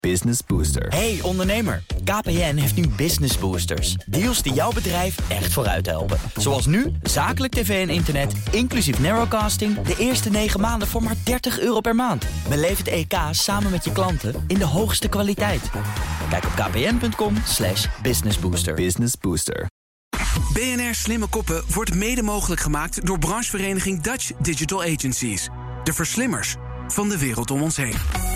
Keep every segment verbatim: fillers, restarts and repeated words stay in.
Business Booster. Hey ondernemer, K P N heeft nu Business Boosters. Deals die jouw bedrijf echt vooruit helpen. Zoals nu, zakelijk tv en internet, inclusief narrowcasting... de eerste negen maanden voor maar dertig euro per maand. Beleef het E K samen met je klanten in de hoogste kwaliteit. Kijk op kpn.com slash businessbooster. Business Booster. B N R Slimme Koppen wordt mede mogelijk gemaakt door branchevereniging Dutch Digital Agencies. De verslimmers van de wereld om ons heen.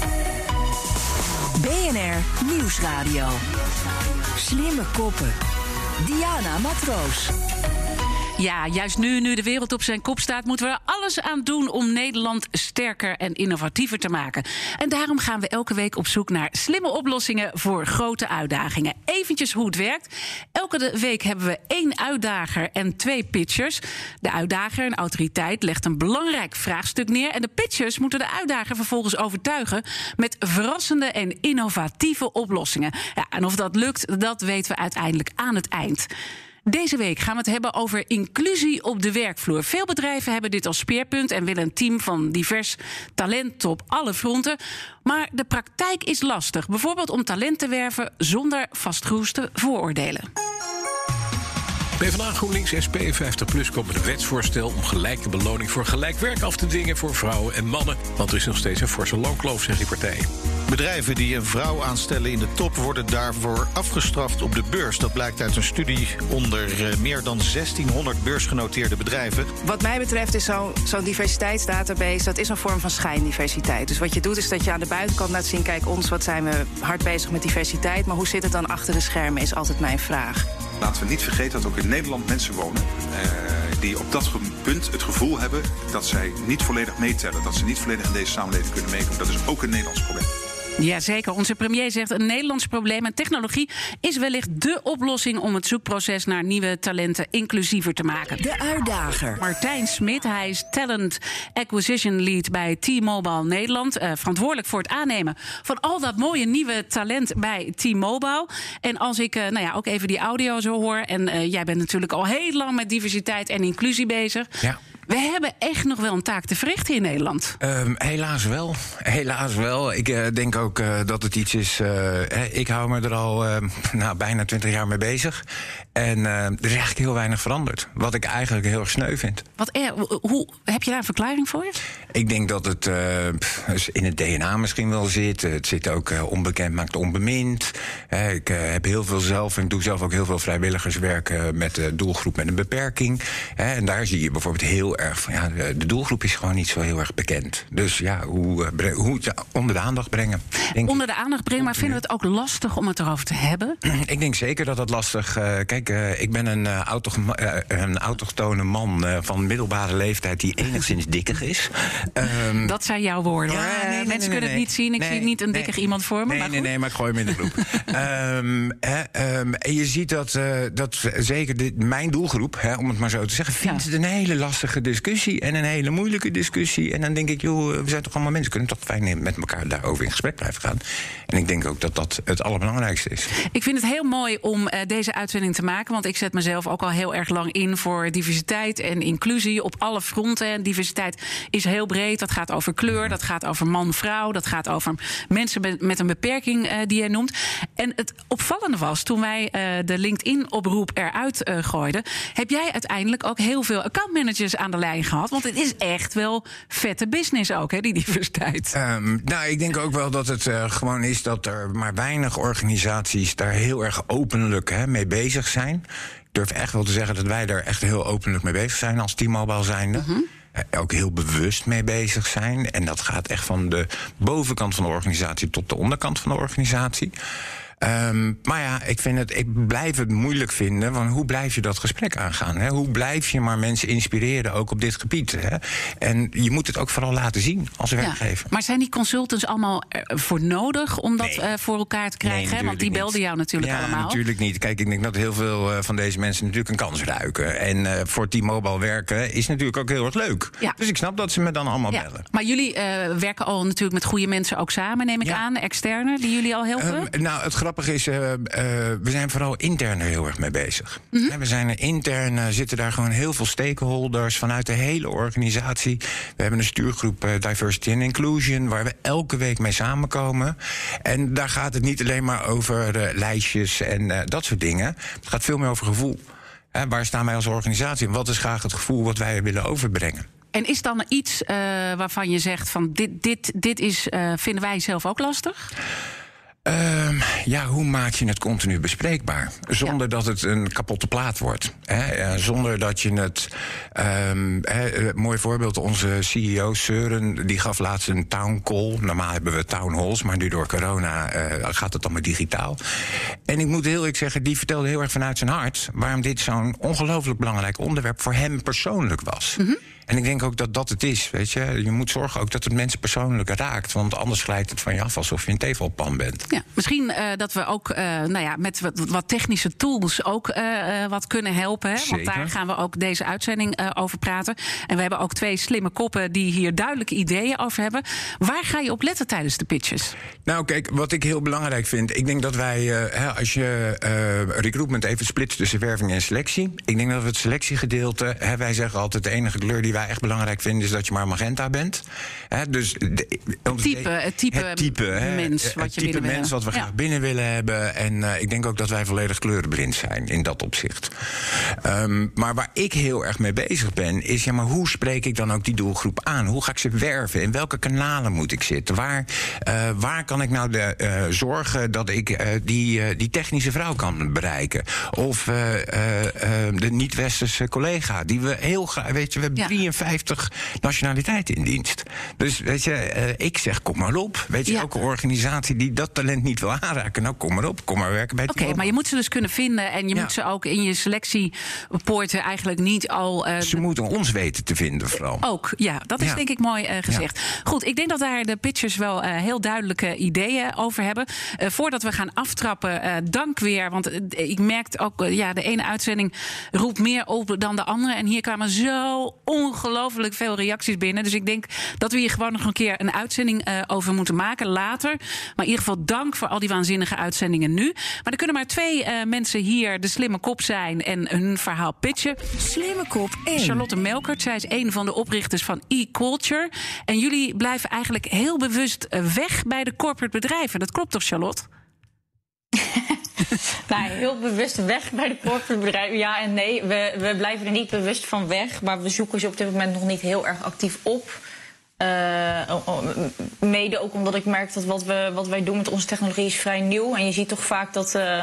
B N R Nieuwsradio. Slimme Koppen. Diana Matroos. Ja, juist nu, nu de wereld op zijn kop staat, moeten we er alles aan doen om Nederland sterker en innovatiever te maken. En daarom gaan we elke week op zoek naar slimme oplossingen voor grote uitdagingen. Eventjes hoe het werkt. Elke week hebben we één uitdager en twee pitchers. De uitdager, een autoriteit, legt een belangrijk vraagstuk neer. En de pitchers moeten de uitdager vervolgens overtuigen met verrassende en innovatieve oplossingen. Ja, en of dat lukt, dat weten we uiteindelijk aan het eind. Deze week gaan we het hebben over inclusie op de werkvloer. Veel bedrijven hebben dit als speerpunt en willen een team van divers talent op alle fronten. Maar de praktijk is lastig. Bijvoorbeeld om talent te werven zonder vastgeroeste vooroordelen. PvdA, GroenLinks, S P en vijftig plus komt met een wetsvoorstel om gelijke beloning voor gelijk werk af te dwingen voor vrouwen en mannen. Want er is nog steeds een forse loonkloof, zegt die partij. Bedrijven die een vrouw aanstellen in de top worden daarvoor afgestraft op de beurs. Dat blijkt uit een studie onder meer dan zestienhonderd beursgenoteerde bedrijven. Wat mij betreft is zo'n zo'n diversiteitsdatabase, dat is een vorm van schijndiversiteit. Dus wat je doet is dat je aan de buitenkant laat zien, kijk ons, wat zijn we hard bezig met diversiteit. Maar hoe zit het dan achter de schermen, is altijd mijn vraag. Laten we niet vergeten dat ook in Nederland mensen wonen eh, die op dat punt het gevoel hebben dat zij niet volledig meetellen. Dat ze niet volledig in deze samenleving kunnen meekomen. Dat is ook een Nederlands probleem. Jazeker, onze premier zegt een Nederlands probleem en technologie is wellicht dé oplossing om het zoekproces naar nieuwe talenten inclusiever te maken. De uitdager. Martijn Smit, hij is Talent Acquisition Lead bij T-Mobile Nederland. Uh, verantwoordelijk voor het aannemen van al dat mooie nieuwe talent bij T-Mobile. En als ik uh, nou ja, ook even die audio zo hoor, en uh, jij bent natuurlijk al heel lang met diversiteit en inclusie bezig. Ja. We hebben echt nog wel een taak te verrichten in Nederland. Um, helaas wel. Helaas wel. Ik uh, denk ook uh, dat het iets is. Uh, ik hou me er al uh, nou, bijna twintig jaar mee bezig. En uh, er is eigenlijk heel weinig veranderd. Wat ik eigenlijk heel erg sneu vind. Wat er, hoe, heb je daar een verklaring voor? Ik denk dat het uh, in het D N A misschien wel zit. Het zit ook uh, onbekend maakt onbemind. Uh, ik uh, heb heel veel zelf en doe zelf ook heel veel vrijwilligerswerk uh, met de doelgroep met een beperking. Uh, en daar zie je bijvoorbeeld heel erg van, ja, de doelgroep is gewoon niet zo heel erg bekend. Dus ja, hoe, uh, hoe ja, onder de aandacht brengen. Onder de aandacht brengen, maar vinden we het ook lastig om het erover te hebben? Ik denk zeker dat dat lastig... Uh, kijk, uh, ik ben een, uh, auto, uh, een autochtone man uh, van middelbare leeftijd die enigszins dikkig is. Um, dat zijn jouw woorden, ja, hoor. Nee, nee, Mensen nee, kunnen nee, het niet zien. Ik nee, zie niet een dikkig nee, iemand voor me. Nee, maar nee, goed. nee, maar ik gooi hem in de groep. um, hè, um, en je ziet dat, uh, dat zeker dit, mijn doelgroep, hè, om het maar zo te zeggen, vindt ja. het een hele lastige discussie en een hele moeilijke discussie. En dan denk ik, joh, we zijn toch allemaal mensen, kunnen toch fijn met elkaar daarover in gesprek blijven gaan. En ik denk ook dat dat het allerbelangrijkste is. Ik vind het heel mooi om uh, deze uitzending te maken, want ik zet mezelf ook al heel erg lang in voor diversiteit en inclusie op alle fronten. En diversiteit is heel breed. Dat gaat over kleur, dat gaat over man-vrouw, dat gaat over mensen met een beperking uh, die jij noemt. En het opvallende was, toen wij uh, de LinkedIn-oproep eruit uh, gooiden, heb jij uiteindelijk ook heel veel accountmanagers aan de lijn gehad. Want het is echt wel vette business ook, hè, die diversiteit. Um, nou, ik denk ook wel dat het uh, gewoon is dat er maar weinig organisaties daar heel erg openlijk hè, mee bezig zijn. Ik durf echt wel te zeggen dat wij daar echt heel openlijk mee bezig zijn als T-Mobile zijnde. Uh-huh. Ook heel bewust mee bezig zijn. En dat gaat echt van de bovenkant van de organisatie tot de onderkant van de organisatie. Um, maar ja, ik, vind het, ik blijf het moeilijk vinden. Want hoe blijf je dat gesprek aangaan? Hè? Hoe blijf je maar mensen inspireren, ook op dit gebied? Hè? En je moet het ook vooral laten zien als werkgever. Ja, maar zijn die consultants allemaal voor nodig om dat nee. uh, voor elkaar te krijgen? Nee, want die belden jou natuurlijk ja, allemaal. Ja, natuurlijk niet. Kijk, ik denk dat heel veel uh, van deze mensen natuurlijk een kans ruiken. En uh, voor T-Mobile werken is natuurlijk ook heel erg leuk. Ja. Dus ik snap dat ze me dan allemaal ja. bellen. Maar jullie uh, werken al natuurlijk met goede mensen ook samen, neem ik ja. aan. Externe, die jullie al helpen? Um, nou, het grappige grappige is, uh, uh, we zijn vooral intern er heel erg mee bezig. Mm-hmm. Ja, we zijn er intern, uh, zitten daar gewoon heel veel stakeholders vanuit de hele organisatie. We hebben een stuurgroep uh, Diversity and Inclusion, waar we elke week mee samenkomen. En daar gaat het niet alleen maar over uh, lijstjes en uh, dat soort dingen. Het gaat veel meer over gevoel. Uh, waar staan wij als organisatie en wat is graag het gevoel wat wij willen overbrengen? En is dan iets uh, waarvan je zegt van dit, dit, dit is, uh, vinden wij zelf ook lastig? Uh, ja, hoe maak je het continu bespreekbaar? Zonder ja. dat het een kapotte plaat wordt. Hè? Uh, zonder dat je het... Um, uh, mooi voorbeeld, onze C E O Søren, die gaf laatst een town call. Normaal hebben we town halls, maar nu door corona uh, gaat het allemaal digitaal. En ik moet heel eerlijk zeggen, die vertelde heel erg vanuit zijn hart waarom dit zo'n ongelooflijk belangrijk onderwerp voor hem persoonlijk was. Mm-hmm. En ik denk ook dat dat het is, weet je. Je moet zorgen ook dat het mensen persoonlijk raakt. Want anders glijdt het van je af alsof je een tevelpan bent. Ja, misschien uh, dat we ook uh, nou ja, met wat, wat technische tools ook uh, uh, wat kunnen helpen. Hè? Want daar gaan we ook deze uitzending uh, over praten. En we hebben ook twee slimme koppen die hier duidelijke ideeën over hebben. Waar ga je op letten tijdens de pitches? Nou kijk, wat ik heel belangrijk vind. Ik denk dat wij, uh, als je uh, recruitment even splitst tussen werving en selectie. Ik denk dat we het selectiegedeelte, hè, wij zeggen altijd de enige kleur die wij echt belangrijk vinden is dat je maar magenta bent. He, dus de, het type, het type, het type mens he, wat het je type binnen mens willen. wat we ja. graag binnen willen hebben. En uh, ik denk ook dat wij volledig kleurenblind zijn in dat opzicht. Um, maar waar ik heel erg mee bezig ben, is ja, maar hoe spreek ik dan ook die doelgroep aan? Hoe ga ik ze werven? In welke kanalen moet ik zitten? Waar, uh, waar kan ik nou de, uh, zorgen dat ik uh, die, uh, die technische vrouw kan bereiken? Of uh, uh, uh, de niet-westerse collega die we heel graag, weet je, we hebben ja. drieënvijftig nationaliteiten in dienst. Dus weet je, uh, ik zeg kom maar op. Weet je, ja. elke organisatie die dat talent niet wil aanraken, nou kom maar op, kom maar werken bij het Oké, okay, maar je moet ze dus kunnen vinden en je ja. moet ze ook in je selectiepoorten eigenlijk niet al... Uh, ze moeten ons weten te vinden vooral. Ook, ja, dat is ja. denk ik mooi uh, gezegd. Ja. Goed, ik denk dat daar de pitchers wel uh, heel duidelijke ideeën over hebben. Uh, voordat we gaan aftrappen, uh, dank weer, want uh, ik merkte ook, uh, ja, de ene uitzending roept meer op dan de andere en hier kwamen zo ongelooflijk veel reacties binnen. Dus ik denk dat we hier gewoon nog een keer een uitzending uh, over moeten maken later. Maar in ieder geval dank voor al die waanzinnige uitzendingen nu. Maar er kunnen maar twee uh, mensen hier de slimme kop zijn en hun verhaal pitchen. Slimme kop één. Charlotte Melkert, zij is een van de oprichters van e-culture. En jullie blijven eigenlijk heel bewust weg bij de corporate bedrijven. Dat klopt toch, Charlotte? Nou, heel bewust weg bij de corporate bedrijven. Ja en nee, we, we blijven er niet bewust van weg. Maar we zoeken ze op dit moment nog niet heel erg actief op. Uh, mede ook omdat ik merk dat wat, we, wat wij doen met onze technologie is vrij nieuw. En je ziet toch vaak dat... Uh,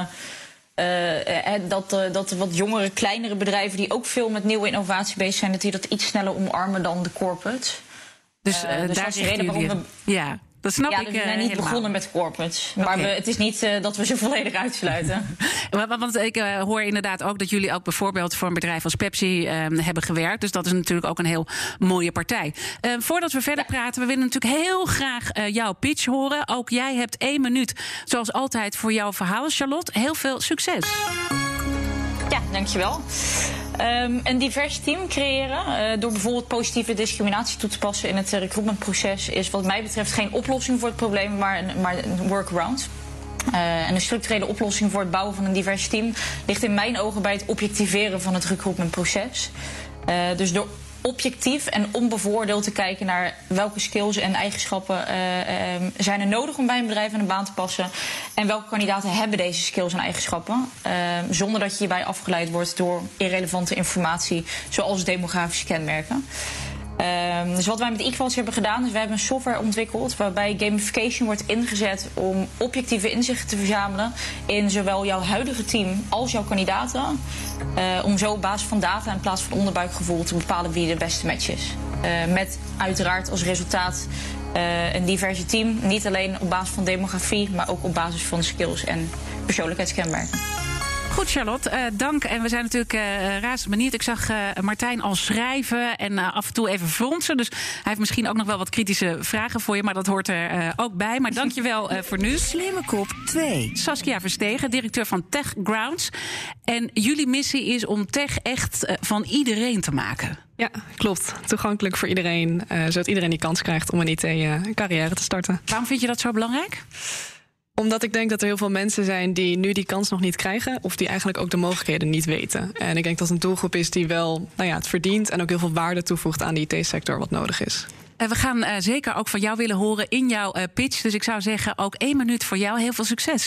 Uh, dat, uh, dat wat jongere, kleinere bedrijven die ook veel met nieuwe innovatie bezig zijn, dat die dat iets sneller omarmen dan de corporates. Dus, uh, dus daar is de reden waarom we... Ja. Dat snap ja, ik dus we zijn uh, niet helemaal. begonnen met corporates. Okay. Maar we, het is niet uh, dat we ze volledig uitsluiten. Want ik uh, hoor inderdaad ook dat jullie ook bijvoorbeeld voor een bedrijf als Pepsi uh, hebben gewerkt. Dus dat is natuurlijk ook een heel mooie partij. Uh, voordat we verder ja. praten, we willen natuurlijk heel graag uh, jouw pitch horen. Ook jij hebt één minuut, zoals altijd, voor jouw verhaal. Charlotte, heel veel succes. Ja, dankjewel. Um, een divers team creëren uh, door bijvoorbeeld positieve discriminatie toe te passen in het recruitmentproces is wat mij betreft geen oplossing voor het probleem, maar een, maar een workaround. Uh, en een structurele oplossing voor het bouwen van een divers team ligt in mijn ogen bij het objectiveren van het recruitmentproces. Uh, dus door objectief en onbevoordeeld te kijken naar welke skills en eigenschappen uh, um, zijn er nodig om bij een bedrijf aan een baan te passen. En welke kandidaten hebben deze skills en eigenschappen. Uh, zonder dat je hierbij afgeleid wordt door irrelevante informatie, zoals demografische kenmerken. Um, dus wat wij met eQuals hebben gedaan, is we hebben een software ontwikkeld waarbij gamification wordt ingezet om objectieve inzichten te verzamelen in zowel jouw huidige team als jouw kandidaten. Uh, om zo op basis van data in plaats van onderbuikgevoel te bepalen wie de beste match is. Uh, met uiteraard als resultaat uh, een diverse team. Niet alleen op basis van demografie, maar ook op basis van skills en persoonlijkheidskenmerken. Goed, Charlotte, uh, dank. En we zijn natuurlijk uh, razend benieuwd. Ik zag uh, Martijn al schrijven en uh, af en toe even fronsen. Dus hij heeft misschien ook nog wel wat kritische vragen voor je. Maar dat hoort er uh, ook bij. Maar dank je wel uh, voor nu. Slimme kop twee. Saskia Verstegen, directeur van TechGrounds. En jullie missie is om tech echt uh, van iedereen te maken. Ja, klopt. Toegankelijk voor iedereen. Uh, zodat iedereen die kans krijgt om een I T-carrière te starten. Waarom vind je dat zo belangrijk? Omdat ik denk dat er heel veel mensen zijn die nu die kans nog niet krijgen, of die eigenlijk ook de mogelijkheden niet weten. En ik denk dat het een doelgroep is die wel nou ja, het verdient en ook heel veel waarde toevoegt aan de I T-sector wat nodig is. We gaan uh, zeker ook van jou willen horen in jouw uh, pitch. Dus ik zou zeggen, ook één minuut voor jou. Heel veel succes.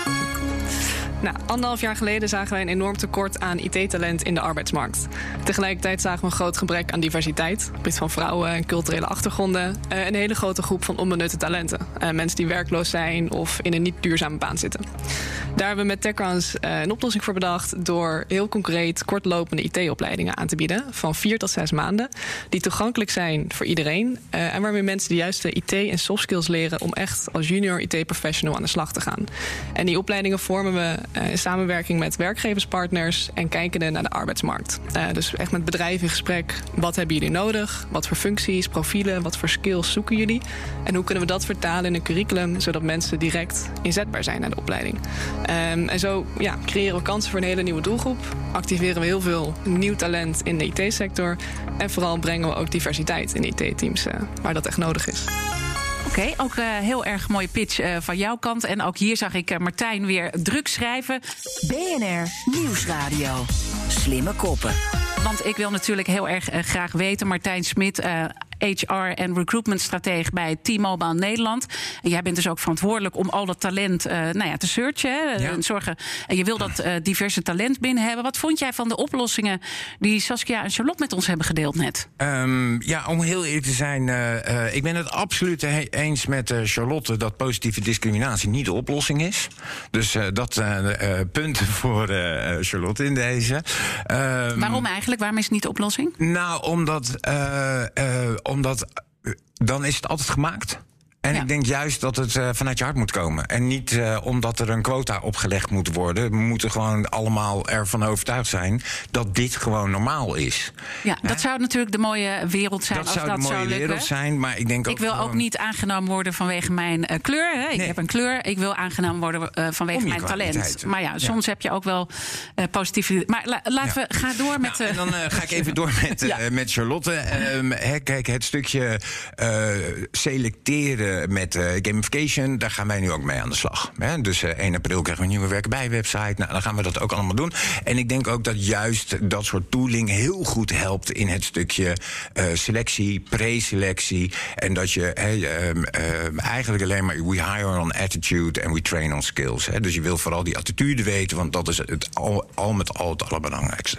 Nou, anderhalf jaar geleden zagen wij een enorm tekort aan I T-talent in de arbeidsmarkt. Tegelijkertijd zagen we een groot gebrek aan diversiteit. Op het gebied van vrouwen en culturele achtergronden. Uh, een hele grote groep van onbenutte talenten. Uh, mensen die werkloos zijn of in een niet duurzame baan zitten. Daar hebben we met TechCrunch uh, een oplossing voor bedacht door heel concreet kortlopende I T-opleidingen aan te bieden. Van vier tot zes maanden. Die toegankelijk zijn voor iedereen. Uh, en waarmee mensen de juiste I T en soft skills leren om echt als junior I T-professional aan de slag te gaan. En die opleidingen vormen we Uh, in samenwerking met werkgeverspartners en kijkende naar de arbeidsmarkt. Uh, dus echt met bedrijven in gesprek. Wat hebben jullie nodig? Wat voor functies, profielen, wat voor skills zoeken jullie? En hoe kunnen we dat vertalen in een curriculum, zodat mensen direct inzetbaar zijn naar de opleiding? Um, en zo ja, creëren we kansen voor een hele nieuwe doelgroep. Activeren we heel veel nieuw talent in de I T-sector. En vooral brengen we ook diversiteit in de I T-teams uh, waar dat echt nodig is. Oké, okay, ook uh, heel erg mooie pitch uh, van jouw kant. En ook hier zag ik uh, Martijn weer druk schrijven. B N R Nieuwsradio. Slimme koppen. Want ik wil natuurlijk heel erg uh, graag weten, Martijn Smit, uh, H R en recruitment stratege bij T-Mobile Nederland. En jij bent dus ook verantwoordelijk om al dat talent uh, nou ja, te searchen. Hè, ja. En zorgen. En je wil dat uh, diverse talent binnen hebben. Wat vond jij van de oplossingen die Saskia en Charlotte met ons hebben gedeeld net? Um, ja, om heel eerlijk te zijn, uh, uh, ik ben het absoluut he- eens met uh, Charlotte dat positieve discriminatie niet de oplossing is. Dus uh, dat uh, uh, punten voor uh, Charlotte in deze. Um, Waarom eigenlijk? Waarom is het niet de oplossing? Nou, omdat, uh, uh, omdat uh, dan is het altijd gemaakt. En ja. ik denk juist dat het uh, vanuit je hart moet komen. En niet uh, omdat er een quota opgelegd moet worden. We moeten gewoon allemaal ervan overtuigd zijn dat dit gewoon normaal is. Ja, dat He? zou natuurlijk de mooie wereld zijn dat als zou dat de mooie zou lukken. wereld zijn, maar ik denk ook Ik wil gewoon... ook niet aangenomen worden vanwege mijn uh, kleur. Hè. Ik nee. heb een kleur. Ik wil aangenomen worden uh, vanwege mijn talent. Maar ja, soms ja. heb je ook wel uh, positieve... Maar la, laten ja. we gaan door met... Nou, en dan uh, ga ik even door met, uh, ja. met Charlotte. Um, he, kijk, het stukje uh, selecteren met uh, gamification, daar gaan wij nu ook mee aan de slag. Hè? Dus uh, één april krijgen we een nieuwe werkbij-website. Nou, dan gaan we dat ook allemaal doen. En ik denk ook dat juist dat soort tooling heel goed helpt in het stukje uh, selectie, pre-selectie. En dat je hey, um, uh, eigenlijk alleen maar we hire on attitude and we train on skills. Hè? Dus je wil vooral die attitude weten, want dat is het al, al met al het allerbelangrijkste.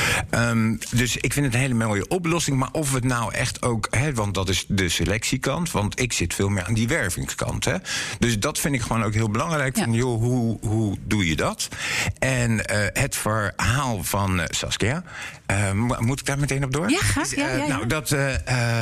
Um, dus ik vind het een hele mooie oplossing. Maar of het nou echt ook, hè, want dat is de selectiekant, want ik zit veel meer aan die wervingskant. Hè? Dus dat vind ik gewoon ook heel belangrijk. Ja. Van, joh, hoe, hoe doe je dat? En uh, het verhaal van uh, Saskia. Uh, moet ik daar meteen op door? Ja, graag. Ja, ja, ja. Nou, dat, uh,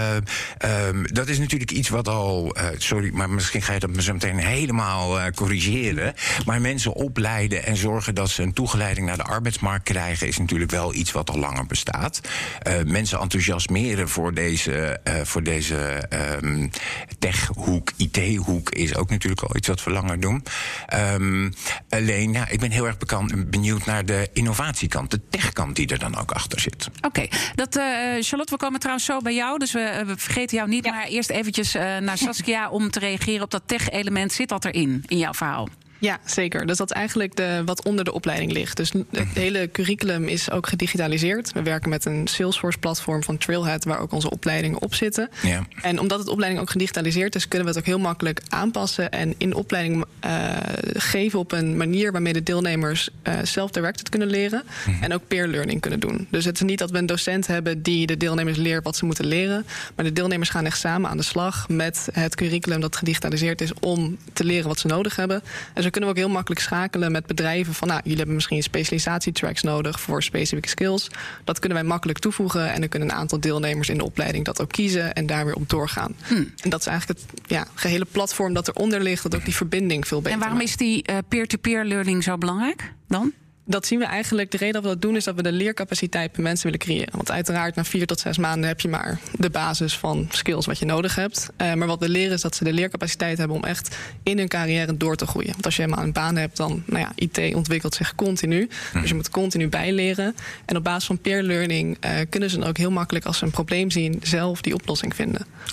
uh, um, dat is natuurlijk iets wat al... Uh, sorry, maar misschien ga je dat me zo meteen helemaal uh, corrigeren. Maar mensen opleiden en zorgen dat ze een toegeleiding naar de arbeidsmarkt krijgen... is natuurlijk wel iets wat al langer bestaat. Uh, mensen enthousiasmeren voor deze, uh, voor deze um, techhoek, I T-hoek... is ook natuurlijk al iets wat we langer doen. Um, alleen, ja, ik ben heel erg bekend, benieuwd naar de innovatiekant, de techkant die er dan ook achter zit. Oké, okay. dat uh, Charlotte, we komen trouwens zo bij jou, dus we, we vergeten jou niet. Ja. Maar eerst eventjes uh, naar Saskia om te reageren op dat tech-element. Zit dat erin, in jouw verhaal? Ja, zeker. Dus dat is eigenlijk de, wat onder de opleiding ligt. Dus het hele curriculum is ook gedigitaliseerd. We werken met een Salesforce-platform van Trailhead, waar ook onze opleidingen op zitten. Ja. En omdat het opleiding ook gedigitaliseerd is, kunnen we het ook heel makkelijk aanpassen en in de opleiding uh, geven op een manier waarmee de deelnemers uh, self-directed kunnen leren mm-hmm. en ook peer learning kunnen doen. Dus het is niet dat we een docent hebben die de deelnemers leert wat ze moeten leren, maar de deelnemers gaan echt samen aan de slag met het curriculum dat gedigitaliseerd is om te leren wat ze nodig hebben. En zo kunnen we ook heel makkelijk schakelen met bedrijven van, nou, jullie hebben misschien specialisatietracks nodig voor specifieke skills. Dat kunnen wij makkelijk toevoegen en dan kunnen een aantal deelnemers in de opleiding dat ook kiezen en daar weer op doorgaan. Hmm. En dat is eigenlijk het ja, gehele platform dat eronder ligt, dat ook die verbinding veel beter En waarom maakt. is die uh, peer-to-peer learning zo belangrijk dan? Dat zien we eigenlijk, de reden dat we dat doen is dat we de leercapaciteit per mensen willen creëren. Want uiteraard na vier tot zes maanden heb je maar de basis van skills wat je nodig hebt. Uh, maar wat we leren is dat ze de leercapaciteit hebben om echt in hun carrière door te groeien. Want als je helemaal een baan hebt, dan, nou ja, I T ontwikkelt zich continu. Dus je moet continu bijleren. En op basis van peer learning uh, kunnen ze dan ook heel makkelijk, als ze een probleem zien, zelf die oplossing vinden. Oké. Okay.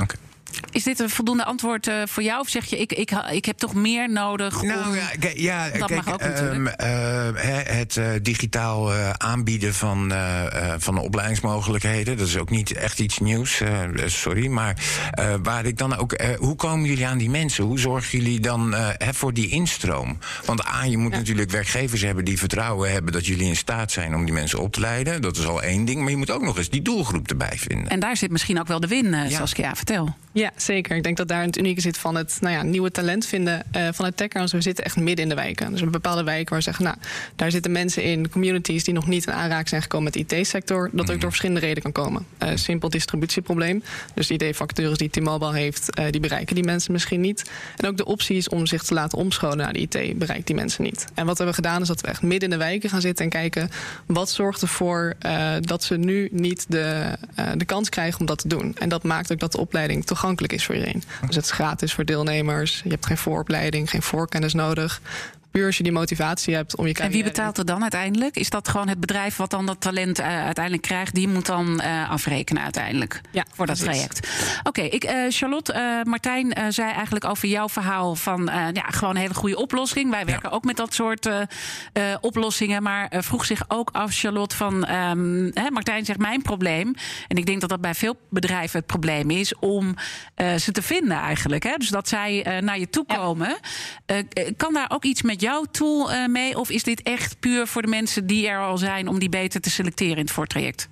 Is dit een voldoende antwoord uh, voor jou? Of zeg je, ik, ik, ik heb toch meer nodig? Nou om... ja, k- ja dat kijk, mag ook um, natuurlijk. Uh, het uh, digitaal uh, aanbieden van, uh, uh, van de opleidingsmogelijkheden, dat is ook niet echt iets nieuws, uh, sorry. Maar uh, waar ik dan ook, uh, hoe komen jullie aan die mensen? Hoe zorgen jullie dan uh, voor die instroom? Want A, je moet ja. natuurlijk werkgevers hebben die vertrouwen hebben dat jullie in staat zijn om die mensen op te leiden. Dat is al één ding, maar je moet ook nog eens die doelgroep erbij vinden. En daar zit misschien ook wel de win, uh, ja. Saskia, vertel. Ja, zeker. Ik denk dat daar het unieke zit van het nou ja, nieuwe talent vinden uh, van het tech. We zitten echt midden in de wijken. Dus we hebben bepaalde wijken waar we zeggen, nou, daar zitten mensen in, communities die nog niet in aanraking zijn gekomen met de I T-sector. Dat ook door verschillende redenen kan komen. Uh, simpel distributieprobleem. Dus de I T-vacatures die T-Mobile heeft, uh, die bereiken die mensen misschien niet. En ook de opties om zich te laten omscholen naar de I T bereikt die mensen niet. En wat we hebben gedaan is dat we echt midden in de wijken gaan zitten en kijken wat zorgt ervoor uh, dat ze nu niet de, uh, de kans krijgen om dat te doen. En dat maakt ook dat de opleiding toegankelijk is voor iedereen. Dus het is gratis voor deelnemers. Je hebt geen vooropleiding, geen voorkennis nodig. Puur als je die motivatie hebt om je carrière... En wie betaalt er dan uiteindelijk? Is dat gewoon het bedrijf wat dan dat talent uh, uiteindelijk krijgt? Die moet dan uh, afrekenen uiteindelijk ja, voor dat precies. traject. Oké, okay, ik uh, Charlotte, uh, Martijn uh, zei eigenlijk over jouw verhaal van uh, ja, gewoon een hele goede oplossing. Wij werken ja. ook met dat soort uh, uh, oplossingen. Maar uh, vroeg zich ook af, Charlotte, van um, hè, Martijn zegt mijn probleem. En ik denk dat dat bij veel bedrijven het probleem is om uh, ze te vinden eigenlijk. Hè? Dus dat zij uh, naar je toe komen. Ja. Uh, kan daar ook iets met jouw tool uh, mee? Of is dit echt puur voor de mensen die er al zijn om die beter te selecteren in het voortraject?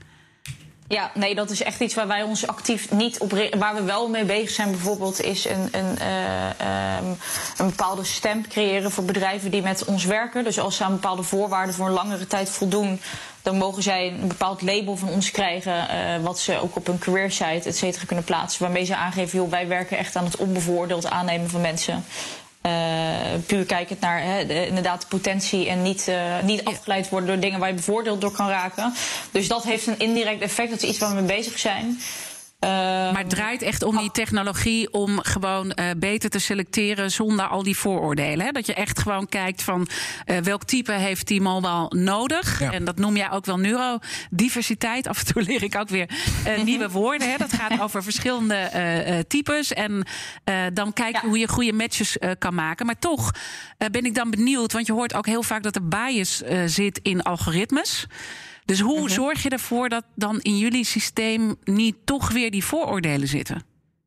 Ja, nee, dat is echt iets waar wij ons actief niet op... Waar we wel mee bezig zijn bijvoorbeeld is een, een, uh, um, een bepaalde stamp creëren voor bedrijven die met ons werken. Dus als ze aan bepaalde voorwaarden voor een langere tijd voldoen, dan mogen zij een bepaald label van ons krijgen, uh, wat ze ook op een career site, et cetera, kunnen plaatsen. Waarmee ze aangeven, joh, wij werken echt aan het onbevooroordeeld aannemen van mensen. Uh, puur kijkend naar he, de, inderdaad de potentie en niet, uh, niet afgeleid worden door dingen waar je bevoordeeld door kan raken. Dus dat heeft een indirect effect. Dat is iets waar we mee bezig zijn. Uh, maar het draait echt om die technologie om gewoon uh, beter te selecteren zonder al die vooroordelen. Hè? Dat je echt gewoon kijkt van uh, welk type heeft T-Mobile nodig. Ja. En dat noem jij ook wel neurodiversiteit. Af en toe leer ik ook weer uh, nieuwe woorden. Hè? Dat gaat over verschillende uh, uh, types. En uh, dan kijk je ja. hoe je goede matches uh, kan maken. Maar toch uh, ben ik dan benieuwd, want je hoort ook heel vaak dat er bias uh, zit in algoritmes. Dus hoe uh-huh. zorg je ervoor dat dan in jullie systeem niet toch weer die vooroordelen zitten?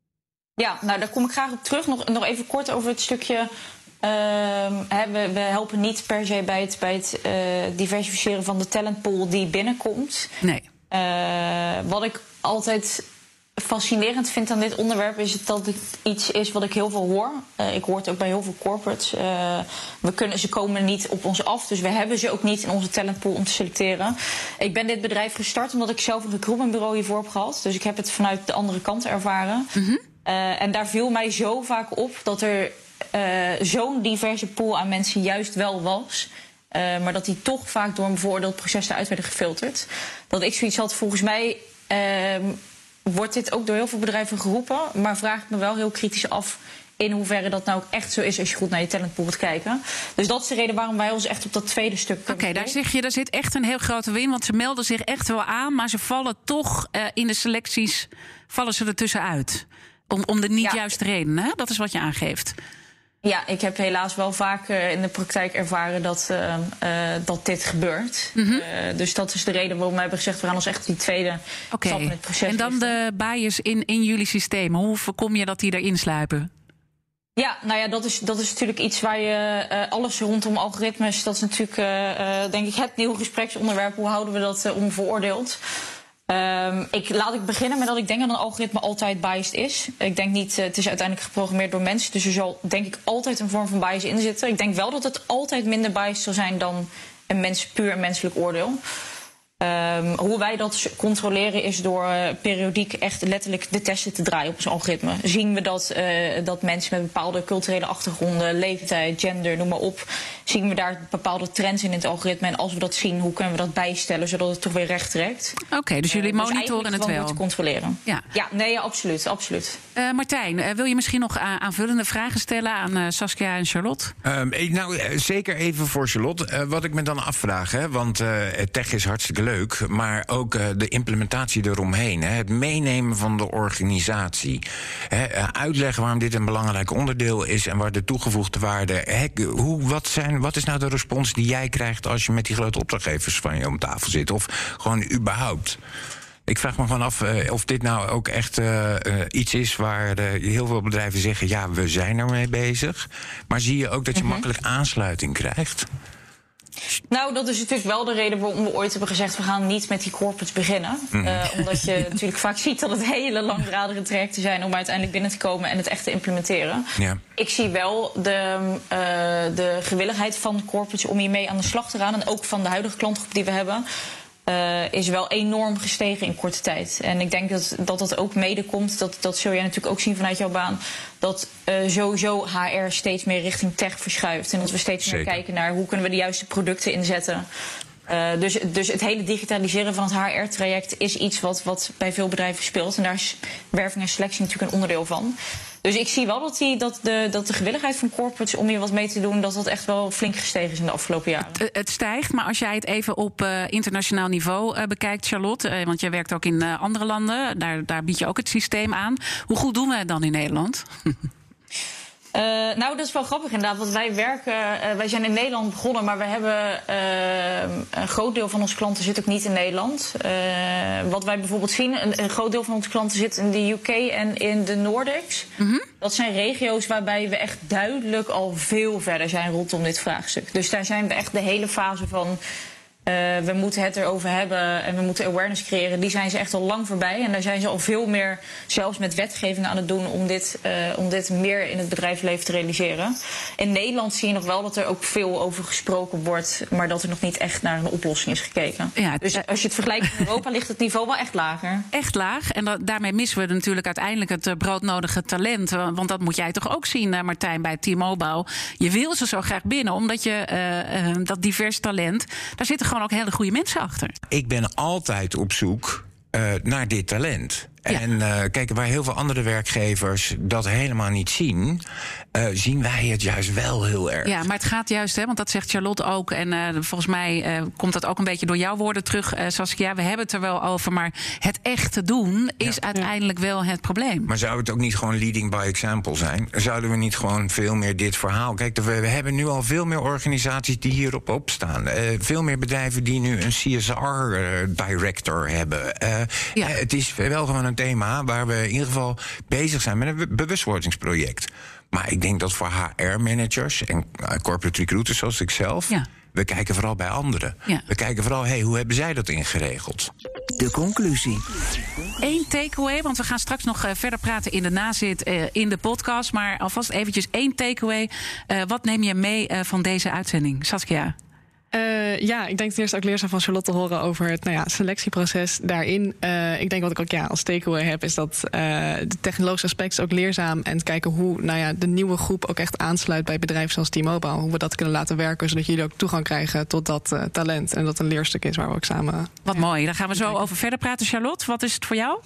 Ja, nou daar kom ik graag op terug. Nog, nog even kort over het stukje. Uh, hè, we, we helpen niet per se bij het, bij het uh, diversificeren van de talentpool die binnenkomt. Nee. Uh, wat ik altijd fascinerend vind aan dit onderwerp is dat het iets is wat ik heel veel hoor. Uh, ik hoor het ook bij heel veel corporates. Uh, we kunnen, ze komen niet op ons af, dus we hebben ze ook niet in onze talentpool om te selecteren. Ik ben dit bedrijf gestart omdat ik zelf een recruitmentbureau hiervoor heb gehad. Dus ik heb het vanuit de andere kant ervaren. Mm-hmm. Uh, en daar viel mij zo vaak op dat er uh, zo'n diverse pool aan mensen juist wel was. Uh, maar dat die toch vaak door een bevooroordeeld proces eruit werden gefilterd. Dat ik zoiets had, volgens mij Uh, wordt dit ook door heel veel bedrijven geroepen, maar vraag ik me wel heel kritisch af in hoeverre dat nou ook echt zo is als je goed naar je talentpool gaat kijken. Dus dat is de reden waarom wij ons echt op dat tweede stuk... Oké, okay, daar zeg je, daar zit echt een heel grote win, want ze melden zich echt wel aan, maar ze vallen toch uh, in de selecties, vallen ze er tussenuit. Om, om de niet ja. juiste redenen, hè? Dat is wat je aangeeft. Ja, ik heb helaas wel vaak uh, in de praktijk ervaren dat, uh, uh, dat dit gebeurt. Mm-hmm. Uh, dus dat is de reden waarom we hebben gezegd, we gaan ons echt die tweede okay. stap in het proces. En dan richten. De bias in, in jullie systeem. Hoe voorkom je dat die erin sluipen? Ja, nou ja, dat is, dat is natuurlijk iets waar je uh, alles rondom algoritmes, dat is natuurlijk uh, uh, denk ik het nieuwe gespreksonderwerp. Hoe houden we dat uh, onveroordeeld? Um, ik, laat ik beginnen met dat ik denk dat een algoritme altijd biased is. Ik denk niet, uh, het is uiteindelijk geprogrammeerd door mensen, dus er zal denk ik altijd een vorm van bias in zitten. Ik denk wel dat het altijd minder biased zal zijn dan een mens, puur een menselijk oordeel. Um, hoe wij dat controleren is door uh, periodiek echt letterlijk de testen te draaien op ons algoritme. Zien we dat, uh, dat mensen met bepaalde culturele achtergronden, leeftijd, gender, noem maar op, zien we daar bepaalde trends in het algoritme. En als we dat zien, hoe kunnen we dat bijstellen zodat het toch weer recht trekt? Oké, okay, dus jullie uh, monitoren dus het wel. Moeten controleren. Ja, ja nee, ja, absoluut, absoluut. Uh, Martijn, uh, wil je misschien nog uh, aanvullende vragen stellen aan uh, Saskia en Charlotte? Um, nou, uh, zeker even voor Charlotte. Uh, wat ik me dan afvraag, hè, want uh, tech is hartstikke leuk, maar ook uh, de implementatie eromheen. Hè, het meenemen van de organisatie. Hè, uh, uitleggen waarom dit een belangrijk onderdeel is en waar de toegevoegde waarde. Hè, hoe, wat, zijn, wat is nou de respons die jij krijgt als je met die grote opdrachtgevers van je om tafel zit? Of gewoon überhaupt? Ik vraag me gewoon af uh, of dit nou ook echt uh, uh, iets is waar uh, heel veel bedrijven zeggen, ja, we zijn ermee bezig. Maar zie je ook dat je mm-hmm. makkelijk aansluiting krijgt? Nou, dat is natuurlijk wel de reden waarom we ooit hebben gezegd, we gaan niet met die corporates beginnen. Mm. Uh, omdat je natuurlijk vaak ziet dat het hele langdradige trajecten zijn om uiteindelijk binnen te komen en het echt te implementeren. Ja. Ik zie wel de, uh, de gewilligheid van corporates om hiermee aan de slag te gaan en ook van de huidige klantgroep die we hebben. Uh, is wel enorm gestegen in korte tijd. En ik denk dat dat, dat ook mede komt, dat, dat zul jij natuurlijk ook zien vanuit jouw baan, dat uh, sowieso H R steeds meer richting tech verschuift. En dat we steeds Zeker. meer kijken naar hoe kunnen we de juiste producten inzetten. Uh, dus, dus het hele digitaliseren van het H R-traject is iets wat, wat bij veel bedrijven speelt. En daar is werving en selectie natuurlijk een onderdeel van. Dus ik zie wel dat, die, dat, de, dat de gewilligheid van corporates om hier wat mee te doen, dat dat echt wel flink gestegen is in de afgelopen jaren. Het, het stijgt, maar als jij het even op uh, internationaal niveau uh, bekijkt, Charlotte, uh, want jij werkt ook in uh, andere landen, daar, daar bied je ook het systeem aan. Hoe goed doen we het dan in Nederland? Uh, nou, dat is wel grappig inderdaad, want wij werken, uh, wij zijn in Nederland begonnen, maar we hebben uh, een groot deel van onze klanten zit ook niet in Nederland. Uh, wat wij bijvoorbeeld zien, een, een groot deel van onze klanten zit in de U K en in de Nordics. Mm-hmm. Dat zijn regio's waarbij we echt duidelijk al veel verder zijn rondom dit vraagstuk. Dus daar zijn we echt de hele fase van, Uh, we moeten het erover hebben en we moeten awareness creëren. Die zijn ze echt al lang voorbij. En daar zijn ze al veel meer, zelfs met wetgeving aan het doen, om dit, uh, om dit meer in het bedrijfsleven te realiseren. In Nederland zie je nog wel dat er ook veel over gesproken wordt, maar dat er nog niet echt naar een oplossing is gekeken. Ja, dus als je het vergelijkt met Europa, ligt het niveau wel echt lager. Echt laag. En da- daarmee missen we natuurlijk uiteindelijk het uh, broodnodige talent. Want dat moet jij toch ook zien, uh, Martijn, bij T-Mobile. Je wil ze zo graag binnen, omdat je uh, uh, dat divers talent, daar zitten gewoon ook hele goede mensen achter. Ik ben altijd op zoek uh, naar dit talent. Ja. En uh, kijk, waar heel veel andere werkgevers dat helemaal niet zien, uh, zien wij het juist wel heel erg. Ja, maar het gaat juist, hè, want dat zegt Charlotte ook. En uh, volgens mij uh, komt dat ook een beetje door jouw woorden terug, uh, Saskia. We hebben het er wel over, maar het echte doen is ja. uiteindelijk wel het probleem. Maar zou het ook niet gewoon leading by example zijn? Zouden we niet gewoon veel meer dit verhaal? Kijk, we, we hebben nu al veel meer organisaties die hierop opstaan. Uh, veel meer bedrijven die nu een C S R-director uh, hebben. Uh, ja. uh, het is wel gewoon een thema waar we in ieder geval bezig zijn met een bewustwordingsproject. Maar ik denk dat voor H R-managers en corporate recruiters zoals ik zelf, ja. we kijken vooral bij anderen. Ja. We kijken vooral, hey, hoe hebben zij dat ingeregeld? De conclusie. Eén takeaway, want we gaan straks nog uh, verder praten in de nazit uh, in de podcast. Maar alvast eventjes één takeaway. Uh, wat neem je mee uh, van deze uitzending, Saskia? Uh, ja, ik denk ten eerste ook leerzaam van Charlotte te horen over het nou ja, selectieproces daarin. Uh, ik denk wat ik ook ja, als takeaway heb, is dat uh, de technologische aspect is ook leerzaam. En kijken hoe nou ja, de nieuwe groep ook echt aansluit bij bedrijven zoals T-Mobile. Hoe we dat kunnen laten werken, zodat jullie ook toegang krijgen tot dat uh, talent. En dat een leerstuk is waar we ook samen. Wat ja, mooi, daar gaan we zo over verder praten. Charlotte, wat is het voor jou?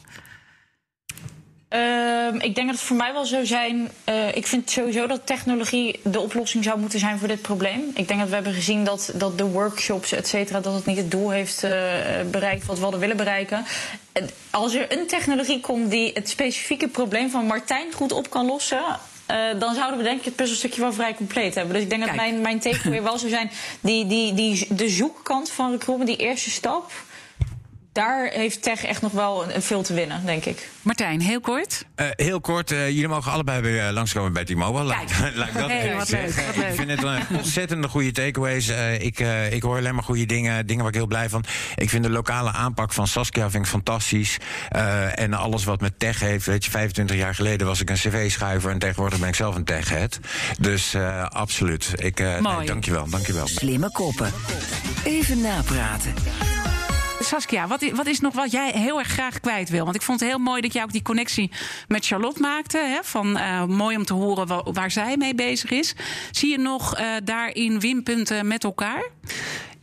Uh, ik denk dat het voor mij wel zo zijn. Uh, ik vind sowieso dat technologie de oplossing zou moeten zijn voor dit probleem. Ik denk dat we hebben gezien dat, dat de workshops, et cetera, dat het niet het doel heeft uh, bereikt wat we hadden willen bereiken. En als er een technologie komt die het specifieke probleem van Martijn goed op kan lossen, Uh, dan zouden we denk ik het puzzelstukje wel vrij compleet hebben. Dus ik denk Kijk. dat mijn, mijn takeaway wel zou zijn, die, die, die, de zoekkant van recruitment, die eerste stap, daar heeft tech echt nog wel een, een veel te winnen, denk ik. Martijn, heel kort? Uh, heel kort, uh, jullie mogen allebei weer uh, langskomen bij T-Mobile. Laat, laat ik dat hey, even wat zeggen. leuk, wat leuk. Ik vind het een ontzettende goede takeaways. Uh, ik, uh, ik hoor alleen maar goede dingen, dingen waar ik heel blij van. Ik vind de lokale aanpak van Saskia vind ik fantastisch. Uh, en alles wat met tech heeft. Weet je, vijfentwintig jaar geleden was ik een cv-schuiver en tegenwoordig ben ik zelf een tech-head. Dus uh, absoluut. Ik, uh, nee, dankjewel, dankjewel. Slimme koppen. Even napraten. Saskia, wat is, wat is nog wat jij heel erg graag kwijt wil? Want ik vond het heel mooi dat jij ook die connectie met Charlotte maakte. Hè, van uh, mooi om te horen waar, waar zij mee bezig is. Zie je nog uh, daarin winpunten met elkaar?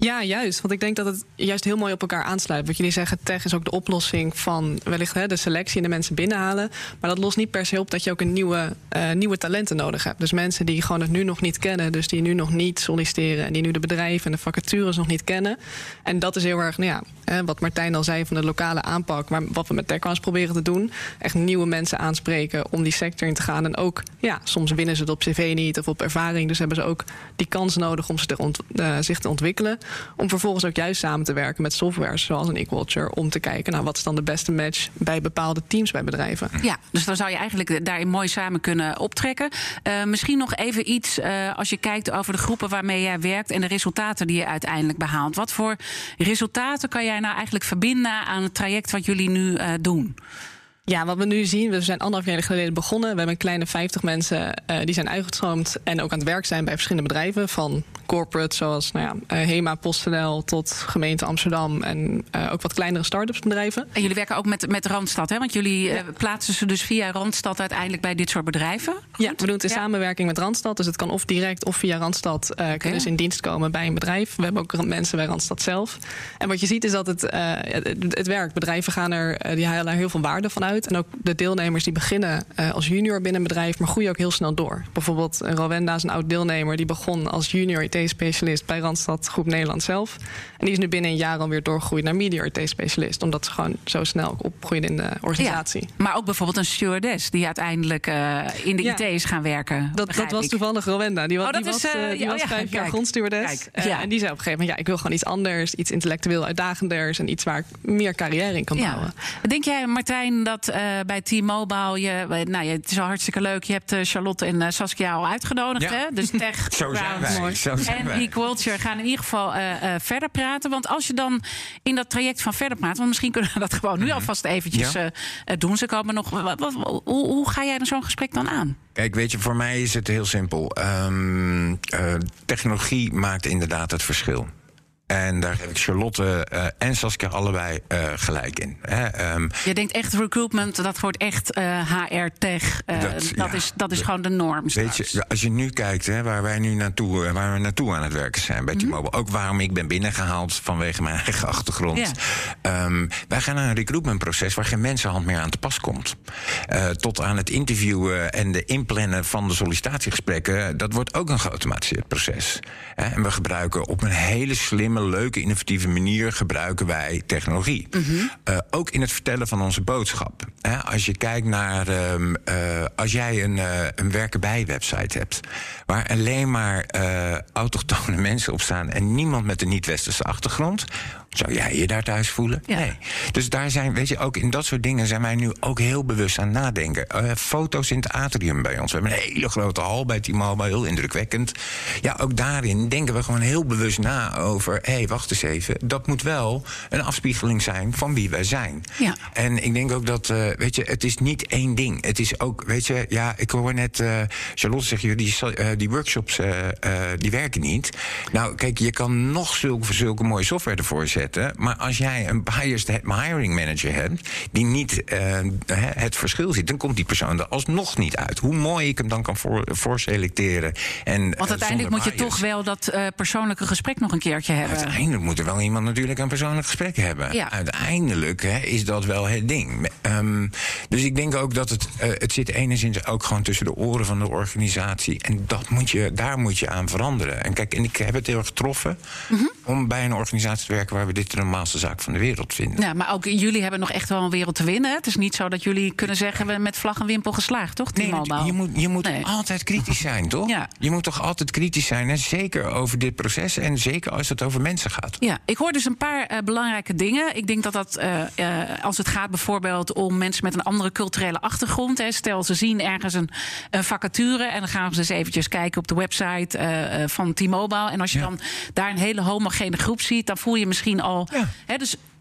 Ja, juist. Want ik denk dat het juist heel mooi op elkaar aansluit. Wat jullie zeggen, tech is ook de oplossing van wellicht hè, de selectie en de mensen binnenhalen. Maar dat lost niet per se op dat je ook een nieuwe, uh, nieuwe talenten nodig hebt. Dus mensen die gewoon het nu nog niet kennen, dus die nu nog niet solliciteren en die nu de bedrijven en de vacatures nog niet kennen. En dat is heel erg, nou ja, hè, wat Martijn al zei van de lokale aanpak, maar wat we met TechCrunch proberen te doen. Echt nieuwe mensen aanspreken om die sector in te gaan. En ook, ja, soms winnen ze het op cv niet of op ervaring. Dus hebben ze ook die kans nodig om zich te, ont- uh, zich te ontwikkelen. Om vervolgens ook juist samen te werken met software zoals een eQualture. Om te kijken naar wat is dan de beste match bij bepaalde teams bij bedrijven. Ja, dus dan zou je eigenlijk daarin mooi samen kunnen optrekken. Uh, misschien nog even iets uh, als je kijkt over de groepen waarmee jij werkt en de resultaten die je uiteindelijk behaalt. Wat voor resultaten kan jij nou eigenlijk verbinden aan het traject wat jullie nu uh, doen? Ja, wat we nu zien, we zijn anderhalf jaar geleden begonnen. We hebben een kleine vijftig mensen uh, die zijn uitgestroomd en ook aan het werk zijn bij verschillende bedrijven. Van corporate zoals nou ja, uh, HEMA, PostNL tot gemeente Amsterdam en uh, ook wat kleinere start-ups bedrijven. En jullie werken ook met, met Randstad, hè? Want jullie ja. uh, plaatsen ze dus via Randstad uiteindelijk bij dit soort bedrijven? Goed? Ja, we doen het in ja. samenwerking met Randstad. Dus het kan of direct of via Randstad uh, okay. kunnen ze in dienst komen bij een bedrijf. We hebben ook mensen bij Randstad zelf. En wat je ziet is dat het, uh, het, het werkt. Bedrijven gaan er, uh, die halen daar heel veel waarde van uit. En ook de deelnemers die beginnen uh, als junior binnen een bedrijf, maar groeien ook heel snel door. Bijvoorbeeld uh, Rowenda is een oud deelnemer die begon als junior I T-specialist bij Randstad Groep Nederland zelf. En die is nu binnen een jaar alweer doorgegroeid naar media I T-specialist, omdat ze gewoon zo snel opgroeien in de organisatie. Ja, maar ook bijvoorbeeld een stewardess die uiteindelijk uh, in de ja. I T is gaan werken. Dat, dat was toevallig Rowenda. Die, oh, die dat was, is, uh, die oh, was ja, vijf kijk. jaar grondstewardess. Kijk, uh, ja. En die zei op een gegeven moment, ja, ik wil gewoon iets anders, iets intellectueel uitdagenders en iets waar ik meer carrière in kan ja. bouwen. Denk jij, Martijn, dat uh, bij T-Mobile, je, nou, het is al hartstikke leuk. Je hebt uh, Charlotte en uh, Saskia al uitgenodigd. Ja. Hè? Dus tech, Zo zijn wij. mooi. Zo zijn en wij. eQualture gaan in ieder geval uh, uh, verder praten. Want als je dan in dat traject van verder praat, want misschien kunnen we dat gewoon nu alvast eventjes Ja. uh, doen. Ze komen nog. Wat, wat, hoe, hoe ga jij zo'n gesprek dan aan? Kijk, weet je, voor mij is het heel simpel. Um, uh, technologie maakt inderdaad het verschil. En daar heb ik Charlotte uh, en Saskia allebei uh, gelijk in. Hè. Um, je denkt echt recruitment, dat wordt echt uh, H R-tech. Uh, dat dat, ja, is, dat is de, gewoon de norm straks. Weet je, als je nu kijkt hè, waar wij nu naartoe, waar we naartoe aan het werken zijn bij mm-hmm. T-Mobile. Ook waarom ik ben binnengehaald vanwege mijn eigen achtergrond. Ja. Um, wij gaan naar een recruitmentproces waar geen mensenhand meer aan te pas komt. Uh, tot aan het interviewen en de inplannen van de sollicitatiegesprekken. Dat wordt ook een geautomatiseerd proces. Hè. En we gebruiken op een hele slimme, leuke, innovatieve manier gebruiken wij technologie. Mm-hmm. Uh, ook in het vertellen van onze boodschap. Hè, als je kijkt naar, um, uh, als jij een, uh, een werken-bij-website hebt, waar alleen maar uh, autochtone mensen op staan en niemand met een niet-westerse achtergrond, zou jij je daar thuis voelen? Ja. Nee. Dus daar zijn, weet je, ook in dat soort dingen zijn wij nu ook heel bewust aan het nadenken. Uh, foto's in het atrium bij ons. We hebben een hele grote hal bij T-Mobile, heel indrukwekkend. Ja, ook daarin denken we gewoon heel bewust na over, hé, hey, wacht eens even, dat moet wel een afspiegeling zijn van wie wij zijn. Ja. En ik denk ook dat, uh, weet je, het is niet één ding. Het is ook, weet je, ja, ik hoor net uh, Charlotte zeggen, die, uh, die workshops, uh, uh, die werken niet. Nou, kijk, je kan nog zulke, zulke mooie software ervoor zetten. Maar als jij een biased hiring manager hebt die niet uh, het verschil ziet, dan komt die persoon er alsnog niet uit. Hoe mooi ik hem dan kan voor, voorselecteren. En, Want uiteindelijk moet je bias. toch wel dat uh, persoonlijke gesprek nog een keertje hebben. Uiteindelijk moet er wel iemand natuurlijk een persoonlijk gesprek hebben. Ja. Uiteindelijk hè, is dat wel het ding. Um, dus ik denk ook dat het, uh, het zit enigszins ook gewoon tussen de oren van de organisatie. En dat moet je, daar moet je aan veranderen. En kijk, en ik heb het heel erg getroffen mm-hmm. om bij een organisatie te werken waar we dit de normaalste zaak van de wereld vinden. Ja, maar ook jullie hebben nog echt wel een wereld te winnen. Het is niet zo dat jullie kunnen zeggen, we met vlag en wimpel geslaagd, toch? Nee, je moet, je moet nee. altijd kritisch zijn, toch? Ja. Je moet toch altijd kritisch zijn, en zeker over dit proces en zeker als het over mensen gaat. Ja, ik hoor dus een paar uh, belangrijke dingen. Ik denk dat dat, uh, uh, als het gaat bijvoorbeeld om mensen met een andere culturele achtergrond, hè, stel ze zien ergens een, een vacature en dan gaan ze eens eventjes kijken op de website uh, uh, van T-Mobile. En als je ja. dan daar een hele homogene groep ziet, dan voel je misschien al. Ja. Hè, dus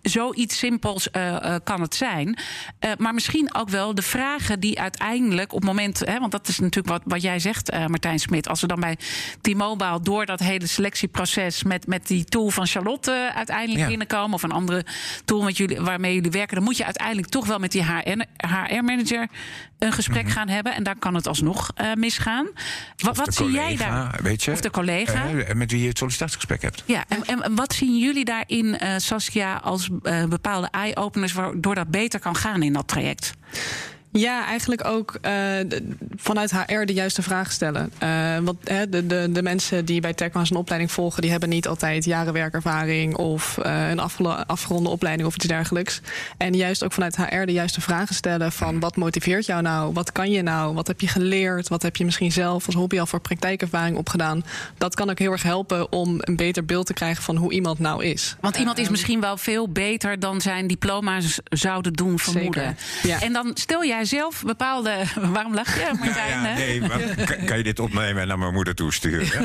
zoiets simpels uh, uh, kan het zijn. Uh, maar misschien ook wel de vragen die uiteindelijk op het moment... Hè, want dat is natuurlijk wat, wat jij zegt, uh, Martijn Smit. Als we dan bij T-Mobile door dat hele selectieproces... met, met die tool van Charlotte uh, uiteindelijk ja. binnenkomen... of een andere tool met jullie, waarmee jullie werken... dan moet je uiteindelijk toch wel met die H R-manager een gesprek mm-hmm. gaan hebben. En dan kan het alsnog uh, misgaan. Wat, wat zie collega, jij daar? Weet je, of de collega? Uh, met wie je het sollicitatiegesprek hebt. Ja, en, en wat zien jullie daarin, uh, Saskia, als uh, bepaalde eye-openers... waardoor dat beter kan gaan in dat traject? Ja, eigenlijk ook uh, de, vanuit H R de juiste vraag stellen. Uh, want hè, de, de, de mensen die bij Techmans een opleiding volgen... die hebben niet altijd jaren werkervaring... of uh, een afge- afgeronde opleiding of iets dergelijks. En juist ook vanuit H R de juiste vragen stellen... van wat motiveert jou nou? Wat kan je nou? Wat heb je geleerd? Wat heb je misschien zelf als hobby al voor praktijkervaring opgedaan? Dat kan ook heel erg helpen om een beter beeld te krijgen... van hoe iemand nou is. Want iemand is misschien wel veel beter... dan zijn diploma's zouden doen vermoeden. Ja. En dan stel jij zelf bepaalde... Waarom lach je, Martijn? Ja, ja, nee, maar kan, kan je dit opnemen en naar mijn moeder toesturen?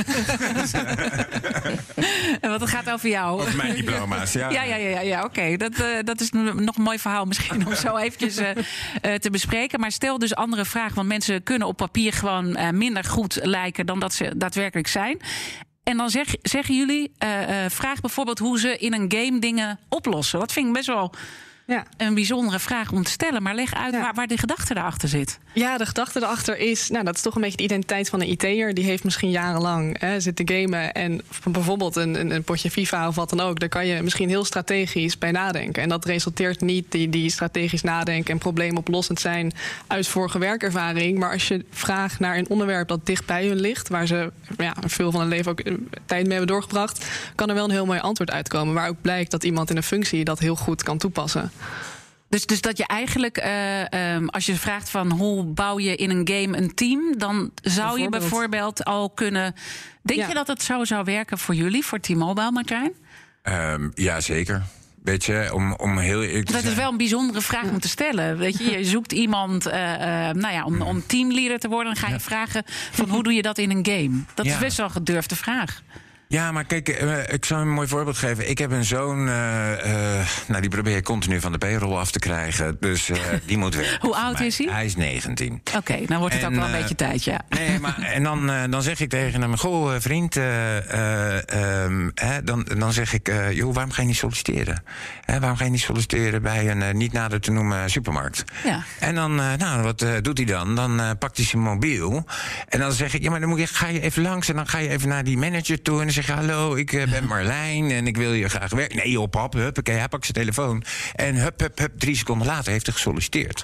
Want het gaat over jou. Of mijn diploma's, ja. Ja, ja, ja, ja, ja oké. Okay. Dat, uh, dat is nog een mooi verhaal misschien om zo eventjes uh, uh, te bespreken. Maar stel dus andere vragen. Want mensen kunnen op papier gewoon uh, minder goed lijken... dan dat ze daadwerkelijk zijn. En dan zeg, zeggen jullie... Uh, uh, vraag bijvoorbeeld hoe ze in een game dingen oplossen. Dat vind ik best wel... Ja. Een bijzondere vraag om te stellen. Maar leg uit ja. waar, waar de gedachte daarachter zit. Ja, de gedachte daarachter is... nou, dat is toch een beetje de identiteit van een I T'er. Die heeft misschien jarenlang hè, zitten gamen. En bijvoorbeeld een, een, een potje FIFA of wat dan ook... daar kan je misschien heel strategisch bij nadenken. En dat resulteert niet die, die strategisch nadenken... en probleemoplossend zijn uit vorige werkervaring. Maar als je vraagt naar een onderwerp dat dicht bij hun ligt... waar ze ja, veel van hun leven ook tijd mee hebben doorgebracht... kan er wel een heel mooi antwoord uitkomen. Waar ook blijkt dat iemand in een functie dat heel goed kan toepassen. Dus, dus dat je eigenlijk, uh, um, als je vraagt van hoe bouw je in een game een team... dan zou bijvoorbeeld. je bijvoorbeeld al kunnen... Denk ja. je dat het zo zou werken voor jullie, voor T-Mobile, Martijn? Um, ja, zeker. Weet je, om, om heel eerlijk te Dat zijn. is wel een bijzondere vraag ja. om te stellen. Weet je, je zoekt iemand uh, uh, nou ja, om, om teamleader te worden... dan ga je ja. vragen van hoe doe je dat in een game? Dat ja. is best wel een gedurfde vraag. Ja, maar kijk, uh, ik zal een mooi voorbeeld geven. Ik heb een zoon, uh, uh, nou die probeer ik continu van de payroll af te krijgen. Dus uh, die moet werken. Hoe oud is hij? Hij is negentien. Oké, okay, dan wordt het en, ook wel een uh, beetje tijd, ja. Nee, maar en dan, uh, dan zeg ik tegen hem, goh vriend, uh, uh, um, hè, dan, dan zeg ik, uh, joh, waarom ga je niet solliciteren? Hè, waarom ga je niet solliciteren bij een uh, niet nader te noemen supermarkt? Ja. En dan, uh, nou, wat uh, doet hij dan? Dan uh, pakt hij zijn mobiel. En dan zeg ik, ja, maar dan moet je, ga je even langs en dan ga je even naar die manager toe en dan zeg je, hallo, ik uh, ben Marlijn en ik wil je graag werken. Nee, joh, pap, hup, okay, hij pakt zijn telefoon. En hup, hup, hup, drie seconden later heeft hij gesolliciteerd.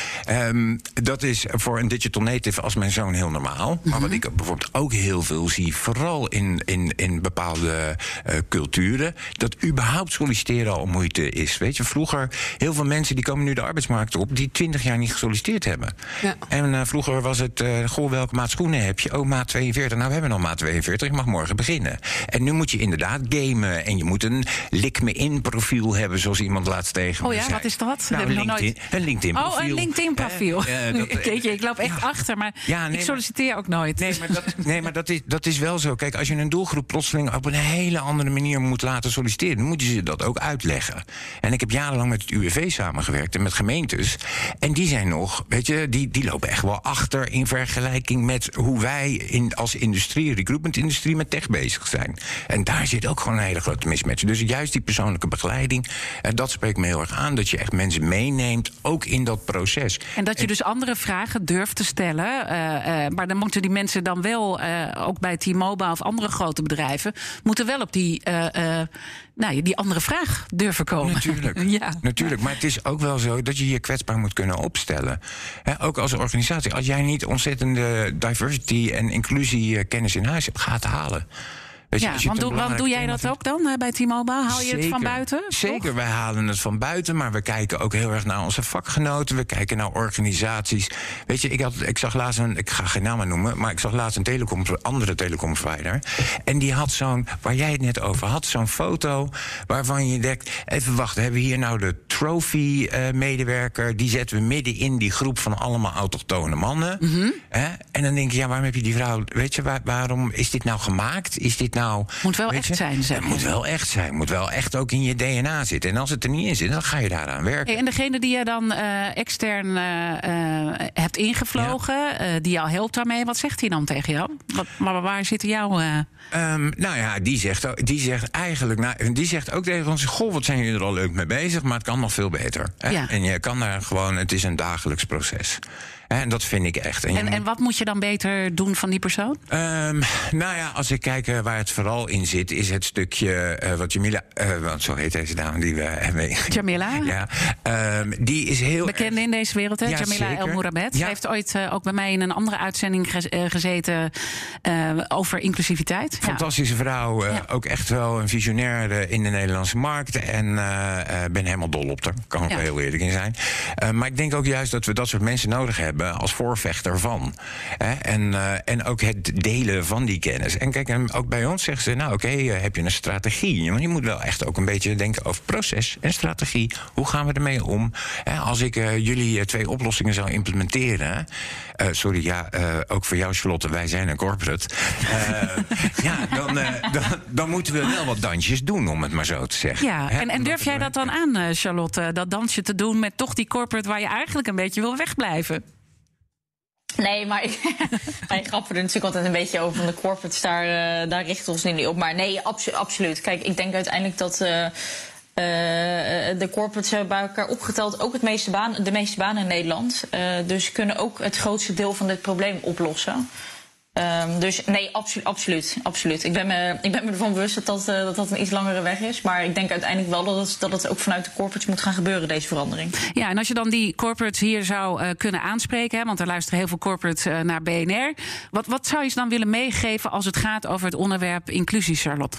Um, dat is voor een digital native als mijn zoon heel normaal. Mm-hmm. Maar wat ik bijvoorbeeld ook heel veel zie, vooral in, in, in bepaalde uh, culturen, dat überhaupt solliciteren al moeite is. Weet je, vroeger, heel veel mensen die komen nu de arbeidsmarkt op die twintig jaar niet gesolliciteerd hebben. Ja. En uh, vroeger was het, uh, goh, welke maat schoenen heb je? Oh, maat tweeënveertig. Nou, we hebben nog maat tweeënveertig, ik mag morgen beginnen. En nu moet je inderdaad gamen en je moet een lik-me-in profiel hebben, zoals iemand laatst tegen me Oh ja, zei. wat is dat? Nou, een, LinkedIn, nooit... een LinkedIn profiel. Oh, een LinkedIn profiel. Uh, uh, dat, Jeetje, ik loop echt ja. achter, maar ja, nee, ik solliciteer maar, ook nooit. Nee, maar, dat, nee, maar dat, is, dat is wel zo. Kijk, als je een doelgroep plotseling op een hele andere manier moet laten solliciteren, dan moet je ze dat ook uitleggen. En ik heb jarenlang met het U W V samengewerkt en met gemeentes. En die zijn nog, weet je, die, die lopen echt wel achter in vergelijking met hoe wij in, als industrie, recruitment-industrie, met tech bezig zijn. En daar zit ook gewoon een hele grote mismatch. Dus juist die persoonlijke begeleiding, en dat spreekt me heel erg aan, dat je echt mensen meeneemt, ook in dat proces. En dat je en, dus andere vragen durft te stellen. Uh, uh, maar dan moeten die mensen dan wel, uh, ook bij T-Mobile of andere grote bedrijven, moeten wel op die, uh, uh, nou, die andere vraag durven komen. Natuurlijk, ja. natuurlijk. Maar het is ook wel zo dat je je kwetsbaar moet kunnen opstellen. He, ook als organisatie. Als jij niet ontzettende diversity en inclusie kennis in huis hebt, ga het halen. Weet je, ja, want doe, want doe jij dat ook dan uh, bij T-Mobile? Haal je zeker, het van buiten? Zeker, toch? Wij halen het van buiten, maar we kijken ook heel erg naar onze vakgenoten. We kijken naar organisaties. Weet je, ik, had, ik zag laatst een, ik ga geen naam noemen, maar ik zag laatst een telecom, andere telecomprovider. En die had zo'n, waar jij het net over had, zo'n foto waarvan je denkt, even wachten, hebben we hier nou de trophy-medewerker... Uh, die zetten we midden in die groep van allemaal autochtone mannen. Mm-hmm. Hè? En dan denk je, ja, waarom heb je die vrouw... Weet je, waar, waarom is dit nou gemaakt? Is dit nou... Moet wel echt je? zijn, zeg. Het moet wel echt zijn. Moet wel echt ook in je D N A zitten. En als het er niet in zit, dan ga je daaraan werken. Hey, en degene die je dan uh, extern uh, uh, hebt ingevlogen... Ja. Uh, die jou helpt daarmee, wat zegt hij dan tegen jou? Wat, maar waar zitten jouw... Uh... Um, nou ja, die zegt, die zegt eigenlijk... Nou, die zegt ook tegen ons... Goh, wat zijn jullie er al leuk mee bezig, maar het kan nog veel beter. Hè? Ja. En je kan daar gewoon... Het is een dagelijks proces. En dat vind ik echt. En, en, en wat moet je dan beter doen van die persoon? Um, nou ja, als ik kijk uh, waar het vooral in zit... is het stukje uh, wat Jamila... Uh, want zo heet deze dame die we hebben... Jamila? Ja. Um, die is heel... Bekende in deze wereld, hè? Ja, Jamila zeker. El Mourabet. Ja. Ze heeft ooit uh, ook bij mij in een andere uitzending gez- uh, gezeten... Uh, over inclusiviteit. Fantastische ja. vrouw. Uh, ja. Ook echt wel een visionair in de Nederlandse markt. En uh, uh, ben helemaal dol op haar. Kan ik ja. er heel eerlijk in zijn. Uh, maar ik denk ook juist dat we dat soort mensen nodig hebben... als voorvechter van. Hè? En, uh, en ook het delen van die kennis. En kijk, en ook bij ons zeggen ze... nou oké, okay, uh, heb je een strategie? Maar je moet wel echt ook een beetje denken over proces en strategie. Hoe gaan we ermee om? Hè, als ik uh, jullie uh, twee oplossingen zou implementeren... Uh, sorry, ja, uh, ook voor jou, Charlotte, wij zijn een corporate. Uh, ja, dan, uh, dan, dan moeten we wel wat dansjes doen, om het maar zo te zeggen. Ja, Hè? en, en durf jij dat dan aan, uh, Charlotte? Dat dansje te doen met toch die corporate... waar je eigenlijk een beetje wil wegblijven? Nee, maar wij grappen er natuurlijk altijd een beetje over van de corporates. Daar, uh, daar richten we ons niet op. Maar nee, abso- absoluut. Kijk, ik denk uiteindelijk dat uh, uh, de corporates hebben bij elkaar opgeteld ook het meeste baan, de meeste banen in Nederland. Uh, dus kunnen ook het grootste deel van dit probleem oplossen. Um, dus nee, absolu- absoluut, absoluut. Ik ben, me, ik ben me ervan bewust dat dat, uh, dat dat een iets langere weg is. Maar ik denk uiteindelijk wel dat het, dat het ook vanuit de corporates moet gaan gebeuren, deze verandering. Ja, en als je dan die corporates hier zou uh, kunnen aanspreken... Hè, want er luisteren heel veel corporates uh, naar B N R... Wat, wat zou je ze dan willen meegeven als het gaat over het onderwerp inclusie, Charlotte?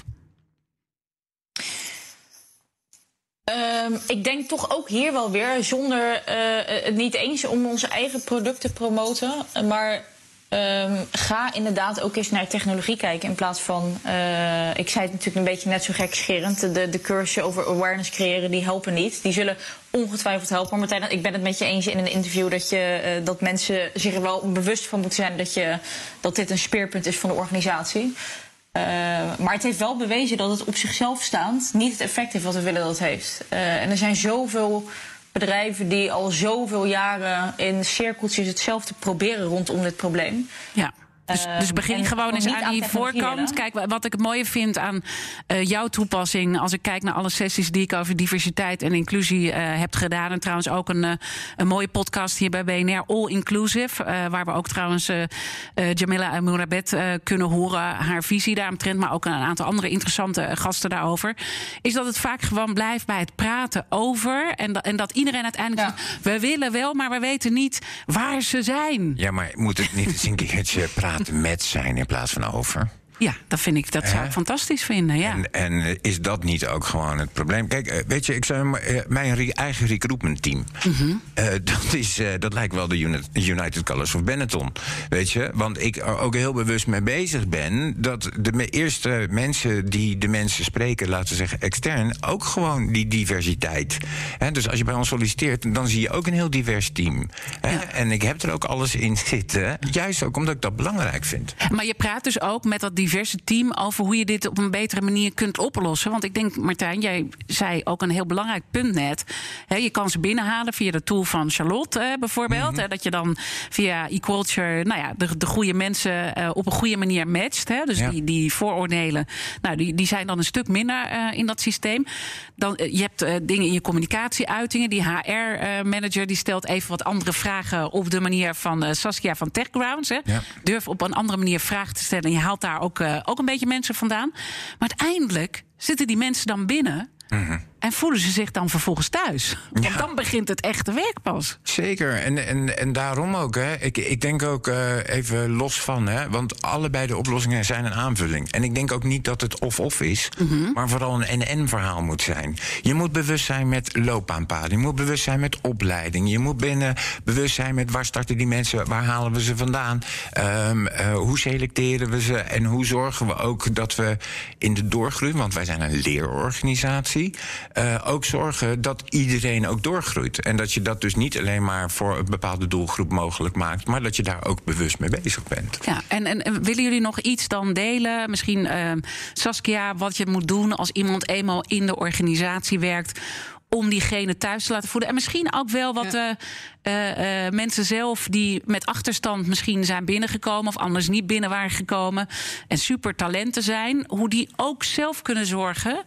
Um, ik denk toch ook hier wel weer, zonder uh, het niet eens om onze eigen producten te promoten... maar... Um, ga inderdaad ook eens naar technologie kijken in plaats van... Uh, ik zei het natuurlijk een beetje net zo gekscherend... de, de cursussen over awareness creëren, die helpen niet. Die zullen ongetwijfeld helpen. Maar Martijn, ik ben het met je eens in een interview... dat, je, uh, dat mensen zich er wel bewust van moeten zijn... dat, je, dat dit een speerpunt is van de organisatie. Uh, maar het heeft wel bewezen dat het op zichzelf staand... niet het effect heeft wat we willen dat het heeft. Uh, en er zijn zoveel... bedrijven die al zoveel jaren in cirkeltjes hetzelfde proberen rondom dit probleem. Ja. Dus, dus begin en gewoon eens aan, aan die voorkant. willen. Kijk, wat ik het mooie vind aan uh, jouw toepassing... als ik kijk naar alle sessies die ik over diversiteit en inclusie uh, heb gedaan... en trouwens ook een, uh, een mooie podcast hier bij B N R, All Inclusive... Uh, waar we ook trouwens uh, uh, Jamila El Mourabet uh, kunnen horen... haar visie daaromtrent, maar ook een aantal andere interessante gasten daarover... is dat het vaak gewoon blijft bij het praten over... en, da- en dat iedereen uiteindelijk ja. zegt... we willen wel, maar we weten niet waar ze zijn. Ja, maar moet het niet eens een keertje praten met zijn in plaats van over? Ja, dat vind ik, dat zou ik fantastisch vinden, ja. En, en is dat niet ook gewoon het probleem? Kijk, weet je, ik zou mijn re- eigen recruitment team... Mm-hmm. Uh, dat, is, uh, dat lijkt wel de United Colors of Benetton, weet je? Want ik er ook heel bewust mee bezig ben... dat de me- eerste mensen die de mensen spreken, laten we zeggen extern... ook gewoon die diversiteit. He, dus als je bij ons solliciteert, dan zie je ook een heel divers team. He, ja. En ik heb er ook alles in zitten, juist ook omdat ik dat belangrijk vind. Maar je praat dus ook met dat diverse team over hoe je dit op een betere manier kunt oplossen. Want ik denk, Martijn, jij zei ook een heel belangrijk punt net. He, je kan ze binnenhalen via de tool van Charlotte eh, bijvoorbeeld. Mm-hmm. He, dat je dan via eQualture nou ja, de, de goede mensen uh, op een goede manier matcht. He. Dus ja. die, die vooroordelen, nou, die, die zijn dan een stuk minder uh, in dat systeem. Dan, uh, je hebt uh, dingen in je communicatieuitingen. Die H R-manager uh, die stelt even wat andere vragen op de manier van uh, Saskia van TechGrounds. He. Ja. Durf op een andere manier vragen te stellen. En je haalt daar ook, uh, ook een beetje mensen vandaan. Maar uiteindelijk zitten die mensen dan binnen... Mm-hmm. En voelen ze zich dan vervolgens thuis? Want ja. dan begint het echte werk pas. Zeker, en, en, en daarom ook. Hè. Ik, ik denk ook uh, even los van, hè, want allebei de oplossingen zijn een aanvulling. En ik denk ook niet dat het of-of is, mm-hmm. maar vooral een en-en-verhaal moet zijn. Je moet bewust zijn met loopbaanpaden, je moet bewust zijn met opleiding, je moet binnen bewust zijn met waar starten die mensen, waar halen we ze vandaan, um, uh, hoe selecteren we ze en hoe zorgen we ook dat we in de doorgroei, want wij zijn een leerorganisatie... uh, ook zorgen dat iedereen ook doorgroeit. En dat je dat dus niet alleen maar voor een bepaalde doelgroep mogelijk maakt, maar dat je daar ook bewust mee bezig bent. Ja, en, en willen jullie nog iets dan delen? Misschien, uh, Saskia, wat je moet doen als iemand eenmaal in de organisatie werkt om diegene thuis te laten voelen. En misschien ook wel wat ja. uh, uh, mensen zelf die met achterstand misschien zijn binnengekomen of anders niet binnen waren gekomen en super talenten zijn, hoe die ook zelf kunnen zorgen.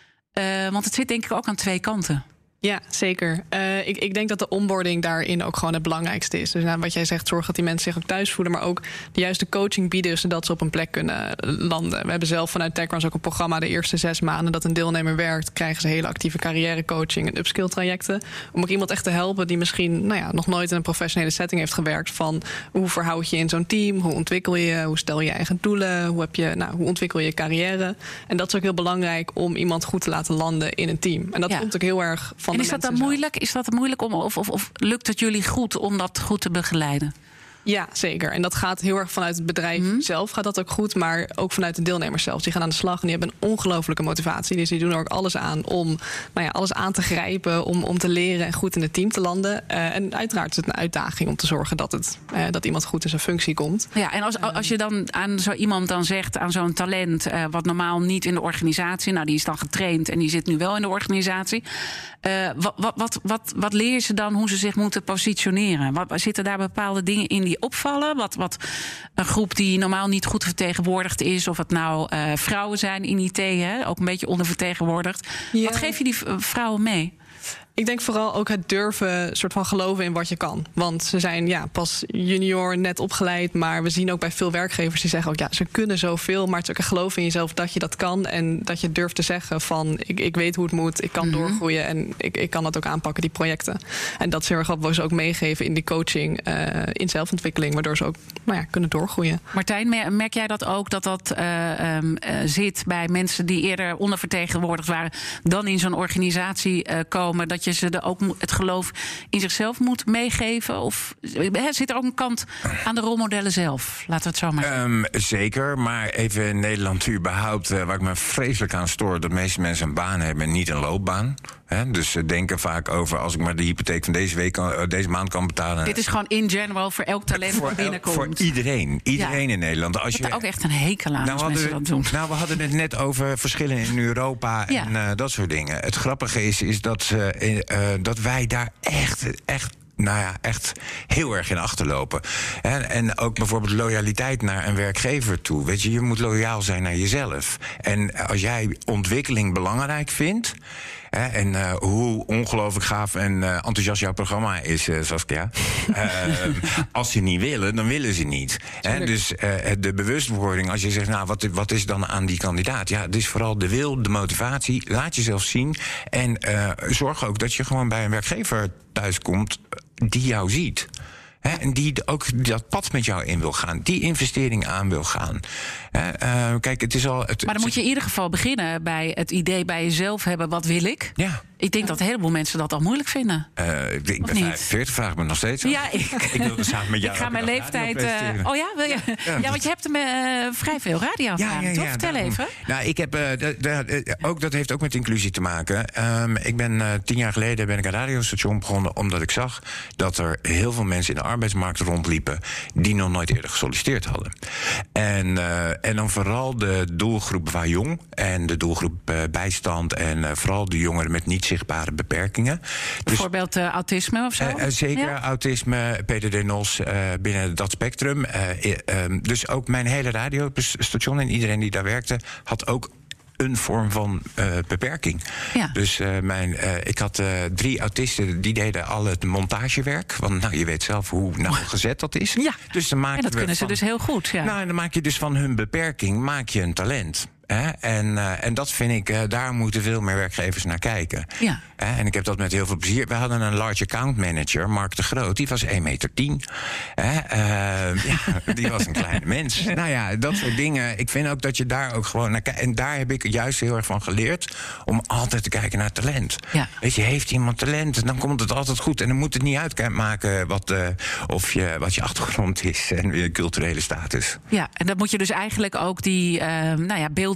Uh, want het zit denk ik ook aan twee kanten. Ja, zeker. Uh, ik, ik denk dat de onboarding daarin ook gewoon het belangrijkste is. Dus nou, wat jij zegt, zorg dat die mensen zich ook thuis voelen, maar ook de juiste coaching bieden zodat ze op een plek kunnen landen. We hebben zelf vanuit TechRuns ook een programma. De eerste zes maanden dat een deelnemer werkt, krijgen ze hele actieve carrièrecoaching en upskill trajecten. Om ook iemand echt te helpen die misschien nou ja, nog nooit in een professionele setting heeft gewerkt. Van hoe verhoud je in zo'n team? Hoe ontwikkel je? Hoe stel je eigen doelen? Hoe, heb je, nou, hoe ontwikkel je je carrière? En dat is ook heel belangrijk om iemand goed te laten landen in een team. En dat ja. komt ook heel erg van. En is dat dan moeilijk? Is dat moeilijk om, of, of, of lukt het jullie goed om dat goed te begeleiden? Ja, zeker. En dat gaat heel erg vanuit het bedrijf mm. zelf gaat dat ook goed, maar ook vanuit de deelnemers zelf. Die gaan aan de slag en die hebben een ongelofelijke motivatie. Dus die doen er ook alles aan om nou ja, alles aan te grijpen, om, om te leren en goed in het team te landen. Uh, en uiteraard is het een uitdaging om te zorgen dat, het, uh, dat iemand goed in zijn functie komt. Ja, en als, als je dan aan zo iemand dan zegt, aan zo'n talent, uh, wat normaal niet in de organisatie, nou die is dan getraind en die zit nu wel in de organisatie. Uh, wat, wat, wat, wat, wat leer je ze dan hoe ze zich moeten positioneren? Wat, zitten daar bepaalde dingen in die opvallen? Wat, wat een groep die normaal niet goed vertegenwoordigd is, of het nou uh, vrouwen zijn in I T, hè, ook een beetje ondervertegenwoordigd. Ja. Wat geef je die vrouwen mee? Ik denk vooral ook het durven soort van geloven in wat je kan. Want ze zijn ja, pas junior, net opgeleid. Maar we zien ook bij veel werkgevers die zeggen ook ja, ze kunnen zoveel. Maar het is ook een geloof in jezelf dat je dat kan. En dat je durft te zeggen van ik, ik weet hoe het moet. Ik kan mm-hmm. doorgroeien en ik, ik kan dat ook aanpakken, die projecten. En dat is heel erg wat we ze ook meegeven in die coaching, uh, in zelfontwikkeling. Waardoor ze ook nou ja, kunnen doorgroeien. Martijn, merk jij dat ook, dat dat uh, um, uh, zit bij mensen die eerder ondervertegenwoordigd waren, dan in zo'n organisatie uh, komen, dat je ze er ook het geloof in zichzelf moet meegeven? Of he, zit er ook een kant aan de rolmodellen zelf? Laten we het zo maar zeggen. Um, zeker, maar even in Nederland überhaupt, uh, waar ik me vreselijk aan stoor, dat de meeste mensen een baan hebben en niet een loopbaan. He, dus ze denken vaak over, als ik maar de hypotheek van deze week kan, uh, deze maand kan betalen. Dit is gewoon in general voor elk talent voor dat binnenkomt. Voor iedereen. Iedereen ja. in Nederland. Als je er ook echt een hekel aan nou, als hadden, mensen dat doen. Nou, we hadden het net over verschillen in Europa ja. en uh, dat soort dingen. Het grappige is, is dat, uh, uh, dat wij daar echt, echt nou ja, echt heel erg in achterlopen. En, en ook bijvoorbeeld loyaliteit naar een werkgever toe. Weet je, je moet loyaal zijn naar jezelf. En als jij ontwikkeling belangrijk vindt, hè, en uh, hoe ongelooflijk gaaf en uh, enthousiast jouw programma is, uh, Saskia. uh, als ze niet willen, dan willen ze niet. Hè, dus uh, de bewustwording, als je zegt, nou, wat, wat is dan aan die kandidaat? Ja, het is vooral de wil, de motivatie. Laat jezelf zien. En uh, zorg ook dat je gewoon bij een werkgever thuiskomt die jou ziet. He, en die ook dat pad met jou in wil gaan. Die investering aan wil gaan. He, uh, kijk, het is al. Het, maar dan moet je in ieder geval beginnen bij het idee bij jezelf hebben. Wat wil ik? Ja. Ik denk dat een heleboel mensen dat al moeilijk vinden. Uh, ik ben vijfenveertig, vraag me nog steeds af. Ja, ik, ik wil er samen met jou. Ik ga mijn leeftijd. Uh, oh ja, wil je? Ja, ja, want je hebt er uh, vrij veel radio aan, ja, ja, ja, toch? Vertel daarom. even. Nou, ik heb uh, d- d- d- ook dat heeft ook met inclusie te maken. Um, ik ben uh, tien jaar geleden ben ik een radiostation begonnen, omdat ik zag dat er heel veel mensen in de arbeidsmarkt rondliepen die nog nooit eerder gesolliciteerd hadden. En, uh, en dan vooral de doelgroep waar jong en de doelgroep uh, bijstand en uh, vooral de jongeren met niet zichtbare beperkingen. Bijvoorbeeld dus, uh, autisme of zo? Uh, uh, zeker, ja. autisme, P D D N O S, uh, binnen dat spectrum. Uh, uh, dus ook mijn hele radiostation en iedereen die daar werkte had ook een vorm van uh, beperking. Ja. Dus uh, mijn, uh, ik had uh, drie autisten die deden al het montagewerk. Want nou, je weet zelf hoe nauwgezet dat is. Ja, dus dan maak en dat je kunnen van, ze dus heel goed. Ja. Nou, en dan maak je dus van hun beperking maak je een talent. Hè? En, uh, en dat vind ik, uh, daar moeten veel meer werkgevers naar kijken. Ja. Hè? En ik heb dat met heel veel plezier. We hadden een large account manager, Mark de Groot, die was één meter tien. Hè? Uh, ja, die was een kleine mens. Nou ja, dat soort dingen. Ik vind ook dat je daar ook gewoon naar kijkt. En daar heb ik juist heel erg van geleerd om altijd te kijken naar talent. Ja. Weet je, heeft iemand talent, dan komt het altijd goed. En dan moet het niet uitmaken wat, uh, of je, wat je achtergrond is en je culturele status. Ja, en dan moet je dus eigenlijk ook die uh, nou ja, beelden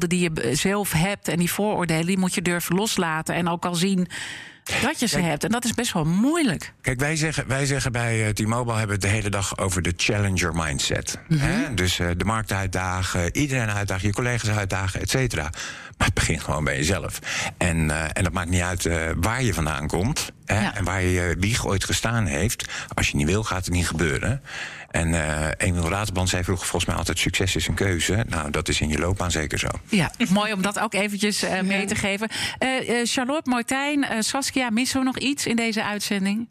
denkbeelden die je zelf hebt en die vooroordelen, die moet je durven loslaten en ook al zien dat je ze Kijk, hebt. En dat is best wel moeilijk. Kijk, wij zeggen, wij zeggen bij uh, T-Mobile hebben we het de hele dag over de challenger mindset. Mm-hmm. Hè? Dus uh, de markt uitdagen, iedereen uitdagen, je collega's uitdagen, et cetera. Maar het begint gewoon bij jezelf. En, uh, en dat maakt niet uit uh, waar je vandaan komt. Hè? Ja. En waar je uh, wieg ooit gestaan heeft. Als je niet wil, gaat het niet gebeuren. En uh, Emiel Raterband zei vroeger volgens mij altijd: succes is een keuze. Nou, dat is in je loopbaan zeker zo. Ja, mooi om dat ook eventjes uh, mee te geven. Uh, uh, Charlotte, Martijn, uh, Saskia, missen we nog iets in deze uitzending?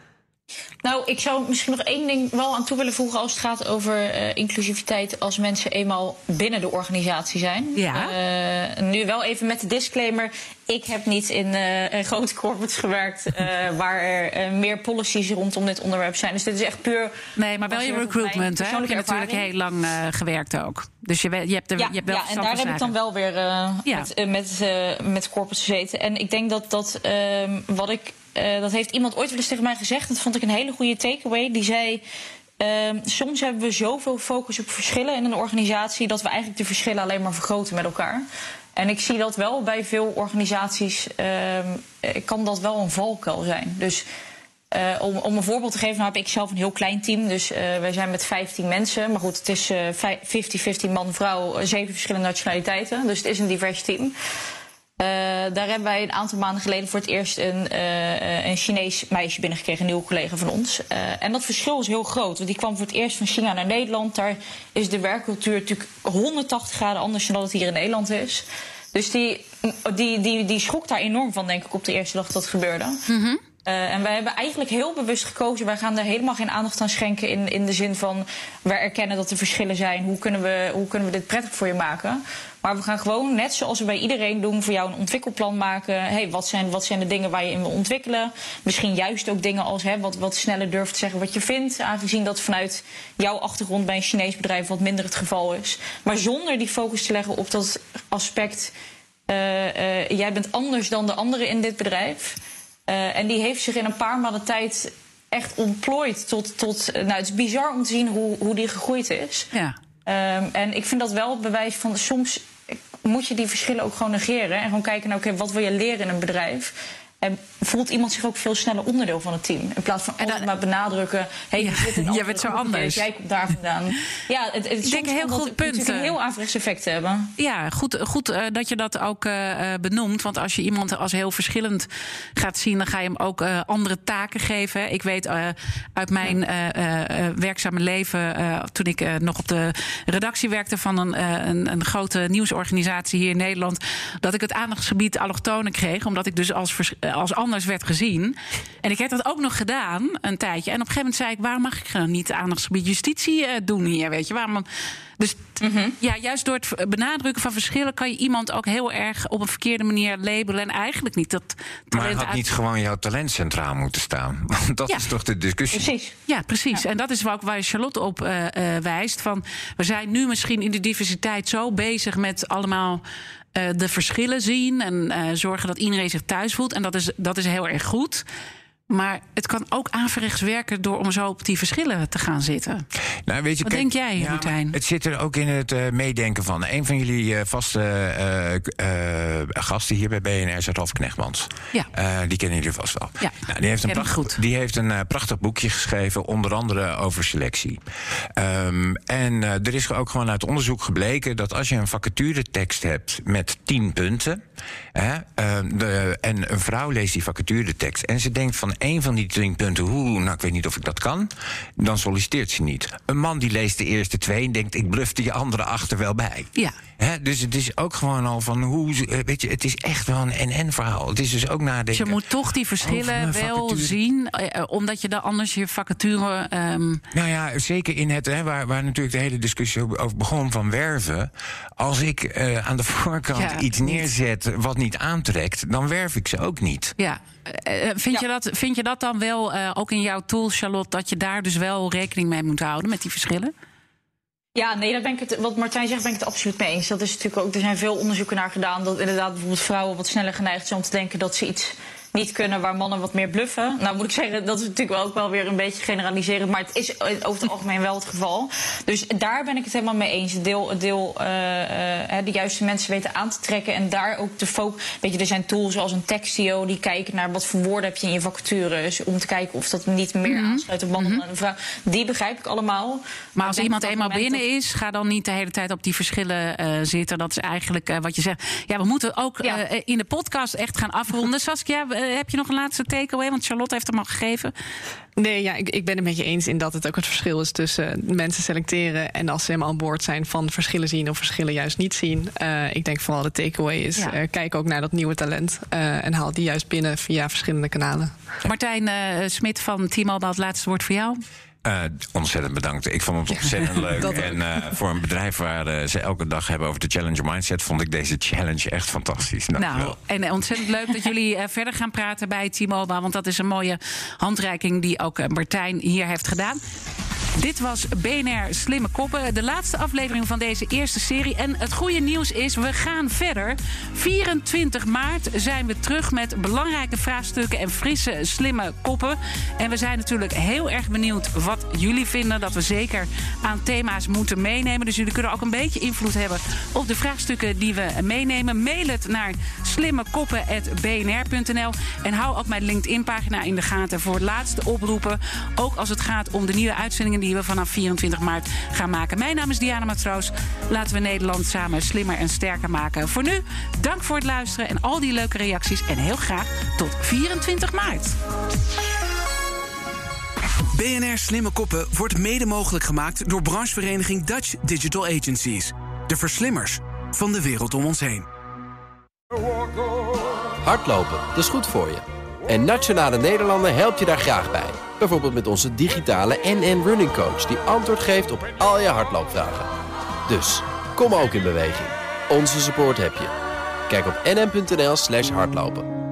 Nou, ik zou misschien nog één ding wel aan toe willen voegen als het gaat over uh, inclusiviteit als mensen eenmaal binnen de organisatie zijn. Ja. Uh, nu wel even met de disclaimer. Ik heb niet in uh, grote corporates gewerkt uh, waar er uh, meer policies rondom dit onderwerp zijn. Dus dit is echt puur... Nee, maar wel je recruitment, hè? Heb je natuurlijk heel lang uh, gewerkt ook. Dus je, je hebt er ja, je hebt wel ja, en daar heb ik dan wel weer uh, ja. met, uh, met, uh, met corporates gezeten. En ik denk dat dat uh, wat ik... Uh, dat heeft iemand ooit wel eens tegen mij gezegd. Dat vond ik een hele goede takeaway. Die zei, uh, soms hebben we zoveel focus op verschillen in een organisatie dat we eigenlijk de verschillen alleen maar vergroten met elkaar. En ik zie dat wel bij veel organisaties, uh, kan dat wel een valkuil zijn. Dus uh, om, om een voorbeeld te geven, nou heb ik zelf een heel klein team. Dus uh, wij zijn met vijftien mensen. Maar goed, het is vijftig vijftig man, vrouw, zeven verschillende nationaliteiten. Dus het is een divers team. Uh, daar hebben wij een aantal maanden geleden voor het eerst een, uh, een Chinees meisje binnengekregen, een nieuwe collega van ons. Uh, en dat verschil is heel groot, want die kwam voor het eerst van China naar Nederland. Daar is de werkcultuur natuurlijk honderdtachtig graden anders dan dat het hier in Nederland is. Dus die, die, die, die schrok daar enorm van, denk ik, op de eerste dag dat het gebeurde. Mm-hmm. Uh, en wij hebben eigenlijk heel bewust gekozen. Wij gaan er helemaal geen aandacht aan schenken in, in de zin van, wij erkennen dat er verschillen zijn. Hoe kunnen we, hoe kunnen we dit prettig voor je maken? Maar we gaan gewoon, net zoals we bij iedereen doen, voor jou een ontwikkelplan maken. Hey, wat zijn, wat zijn de dingen waar je in wil ontwikkelen? Misschien juist ook dingen als hè, wat, wat sneller durft te zeggen wat je vindt. Aangezien dat vanuit jouw achtergrond bij een Chinees bedrijf wat minder het geval is. Maar zonder die focus te leggen op dat aspect. Uh, uh, jij bent anders dan de anderen in dit bedrijf. Uh, en die heeft zich in een paar maanden tijd echt ontplooid tot... tot nou, het is bizar om te zien hoe, hoe die gegroeid is. Ja. Um, en ik vind dat wel het bewijs van... soms moet je die verschillen ook gewoon negeren. En gewoon kijken naar, oké, okay, wat wil je leren in een bedrijf? En voelt iemand zich ook veel sneller onderdeel van het team. In plaats van altijd dat, maar benadrukken. Hey, ja, jij bent zo anders. Jij komt daar vandaan. Ja, het, het, ik denk een heel goed punt. Een heel averechts effect hebben. Ja, goed, goed uh, dat je dat ook uh, benoemt. Want als je iemand als heel verschillend gaat zien, dan ga je hem ook uh, andere taken geven. Ik weet uh, uit mijn uh, uh, werkzame leven, uh, toen ik uh, nog op de redactie werkte van een, uh, een, een grote nieuwsorganisatie hier in Nederland, dat ik het aandachtsgebied allochtonen kreeg, omdat ik dus als vers- als anders werd gezien. En ik heb dat ook nog gedaan, een tijdje. En op een gegeven moment zei ik, waarom mag ik nou niet aandachtsgebied justitie uh, doen hier, weet je? Waarom? Dus mm-hmm. ja, juist door het benadrukken van verschillen kan je iemand ook heel erg op een verkeerde manier labelen en eigenlijk niet dat talent. Maar had uit... niet gewoon jouw talent centraal moeten staan? Want dat ja. is toch de discussie? Precies. Ja, precies. Ja. En dat is ook waar Charlotte op uh, uh, wijst. Van, we zijn nu misschien in de diversiteit zo bezig met allemaal Uh, de verschillen zien en uh, zorgen dat iedereen zich thuis voelt. En dat is, dat is heel erg goed. Maar het kan ook averechts werken door om zo op die verschillen te gaan zitten. Nou, weet je, Wat kijk, denk jij, ja, Martijn? Het zit er ook in het uh, meedenken van. Een van jullie uh, vaste uh, uh, gasten hier bij B N R is Ralf Knechtmans. Ja. Uh, die kennen jullie vast wel. Ja. Nou, die heeft een, Ken pracht, goed. die heeft een uh, prachtig boekje geschreven, onder andere over selectie. Um, en uh, er is ook gewoon uit onderzoek gebleken dat als je een vacaturetekst hebt met tien punten, hè, uh, de, en een vrouw leest die vacaturetekst en ze denkt van één van die tien punten, hoe, nou ik weet niet of ik dat kan, dan solliciteert ze niet. Een man die leest de eerste twee en denkt, ik bluf die andere achter wel bij. Ja. He, dus het is ook gewoon al van hoe, weet je, het is echt wel een en-en verhaal. Het is dus ook nadenken. Dus je moet toch die verschillen wel zien, uh, omdat je dan anders je vacature. Um... Nou ja, zeker in het, hè, waar, waar natuurlijk de hele discussie over begon van werven. Als ik uh, aan de voorkant ja, iets neerzet wat niet aantrekt, dan werf ik ze ook niet. Ja. Uh, vind, ja. je dat, vind je dat dan wel uh, ook in jouw tool, Charlotte, dat je daar dus wel rekening mee moet houden met die verschillen? Ja, nee, daar ben ik het, wat Martijn zegt, ben ik het absoluut mee eens. Dat is natuurlijk ook, er zijn veel onderzoeken naar gedaan dat inderdaad bijvoorbeeld vrouwen wat sneller geneigd zijn om te denken dat ze iets niet kunnen, waar mannen wat meer bluffen. Nou moet ik zeggen, dat is natuurlijk wel ook wel weer een beetje generaliserend, maar het is over het algemeen wel het geval. Dus daar ben ik het helemaal mee eens. Het deel, het deel uh, uh, de juiste mensen weten aan te trekken en daar ook de focus. Weet je, er zijn tools zoals een Textio die kijken naar wat voor woorden heb je in je vacatures, om te kijken of dat niet meer mm-hmm. aansluit op mannen mm-hmm. en vrouw. Die begrijp ik allemaal. Maar, maar als iemand eenmaal binnen dat... is, ga dan niet de hele tijd op die verschillen uh, zitten. Dat is eigenlijk uh, wat je zegt. Ja, we moeten ook ja. uh, in de podcast echt gaan afronden. Saskia, uh, heb je nog een laatste takeaway? Want Charlotte heeft hem al gegeven. Nee, ja, ik, ik ben het met je eens in dat het ook het verschil is tussen mensen selecteren en als ze helemaal aan boord zijn van verschillen zien of verschillen juist niet zien. Uh, ik denk vooral de takeaway is, ja. uh, kijk ook naar dat nieuwe talent uh, en haal die juist binnen via verschillende kanalen. Martijn uh, Smit van T-Mobile, het laatste woord voor jou. Uh, ontzettend bedankt. Ik vond het ontzettend leuk. En uh, voor een bedrijf waar uh, ze elke dag hebben over de Challenger Mindset, vond ik deze challenge echt fantastisch. Dank nou, en ontzettend leuk dat jullie uh, verder gaan praten bij T-Mobile, want dat is een mooie handreiking die ook uh, Martijn hier heeft gedaan. Dit was B N R Slimme Koppen, de laatste aflevering van deze eerste serie. En het goede nieuws is, we gaan verder. vierentwintig maart zijn we terug met belangrijke vraagstukken en frisse, slimme koppen. En we zijn natuurlijk heel erg benieuwd wat jullie vinden dat we zeker aan thema's moeten meenemen. Dus jullie kunnen ook een beetje invloed hebben op de vraagstukken die we meenemen. Mail het naar slimmekoppen apenstaartje b n r punt n l. En hou ook mijn LinkedIn-pagina in de gaten voor laatste oproepen. Ook als het gaat om de nieuwe uitzendingen die we vanaf vierentwintig maart gaan maken. Mijn naam is Diana Matroos. Laten we Nederland samen slimmer en sterker maken. Voor nu, dank voor het luisteren en al die leuke reacties. En heel graag tot vierentwintig maart. B N R Slimme Koppen wordt mede mogelijk gemaakt door branchevereniging Dutch Digital Agencies. De verslimmers van de wereld om ons heen. Hardlopen, dat is goed voor je. En Nationale Nederlanden helpt je daar graag bij. Bijvoorbeeld met onze digitale N N Running Coach, die antwoord geeft op al je hardloopvragen. Dus, kom ook in beweging. Onze support heb je. Kijk op n n punt n l slash hardlopen.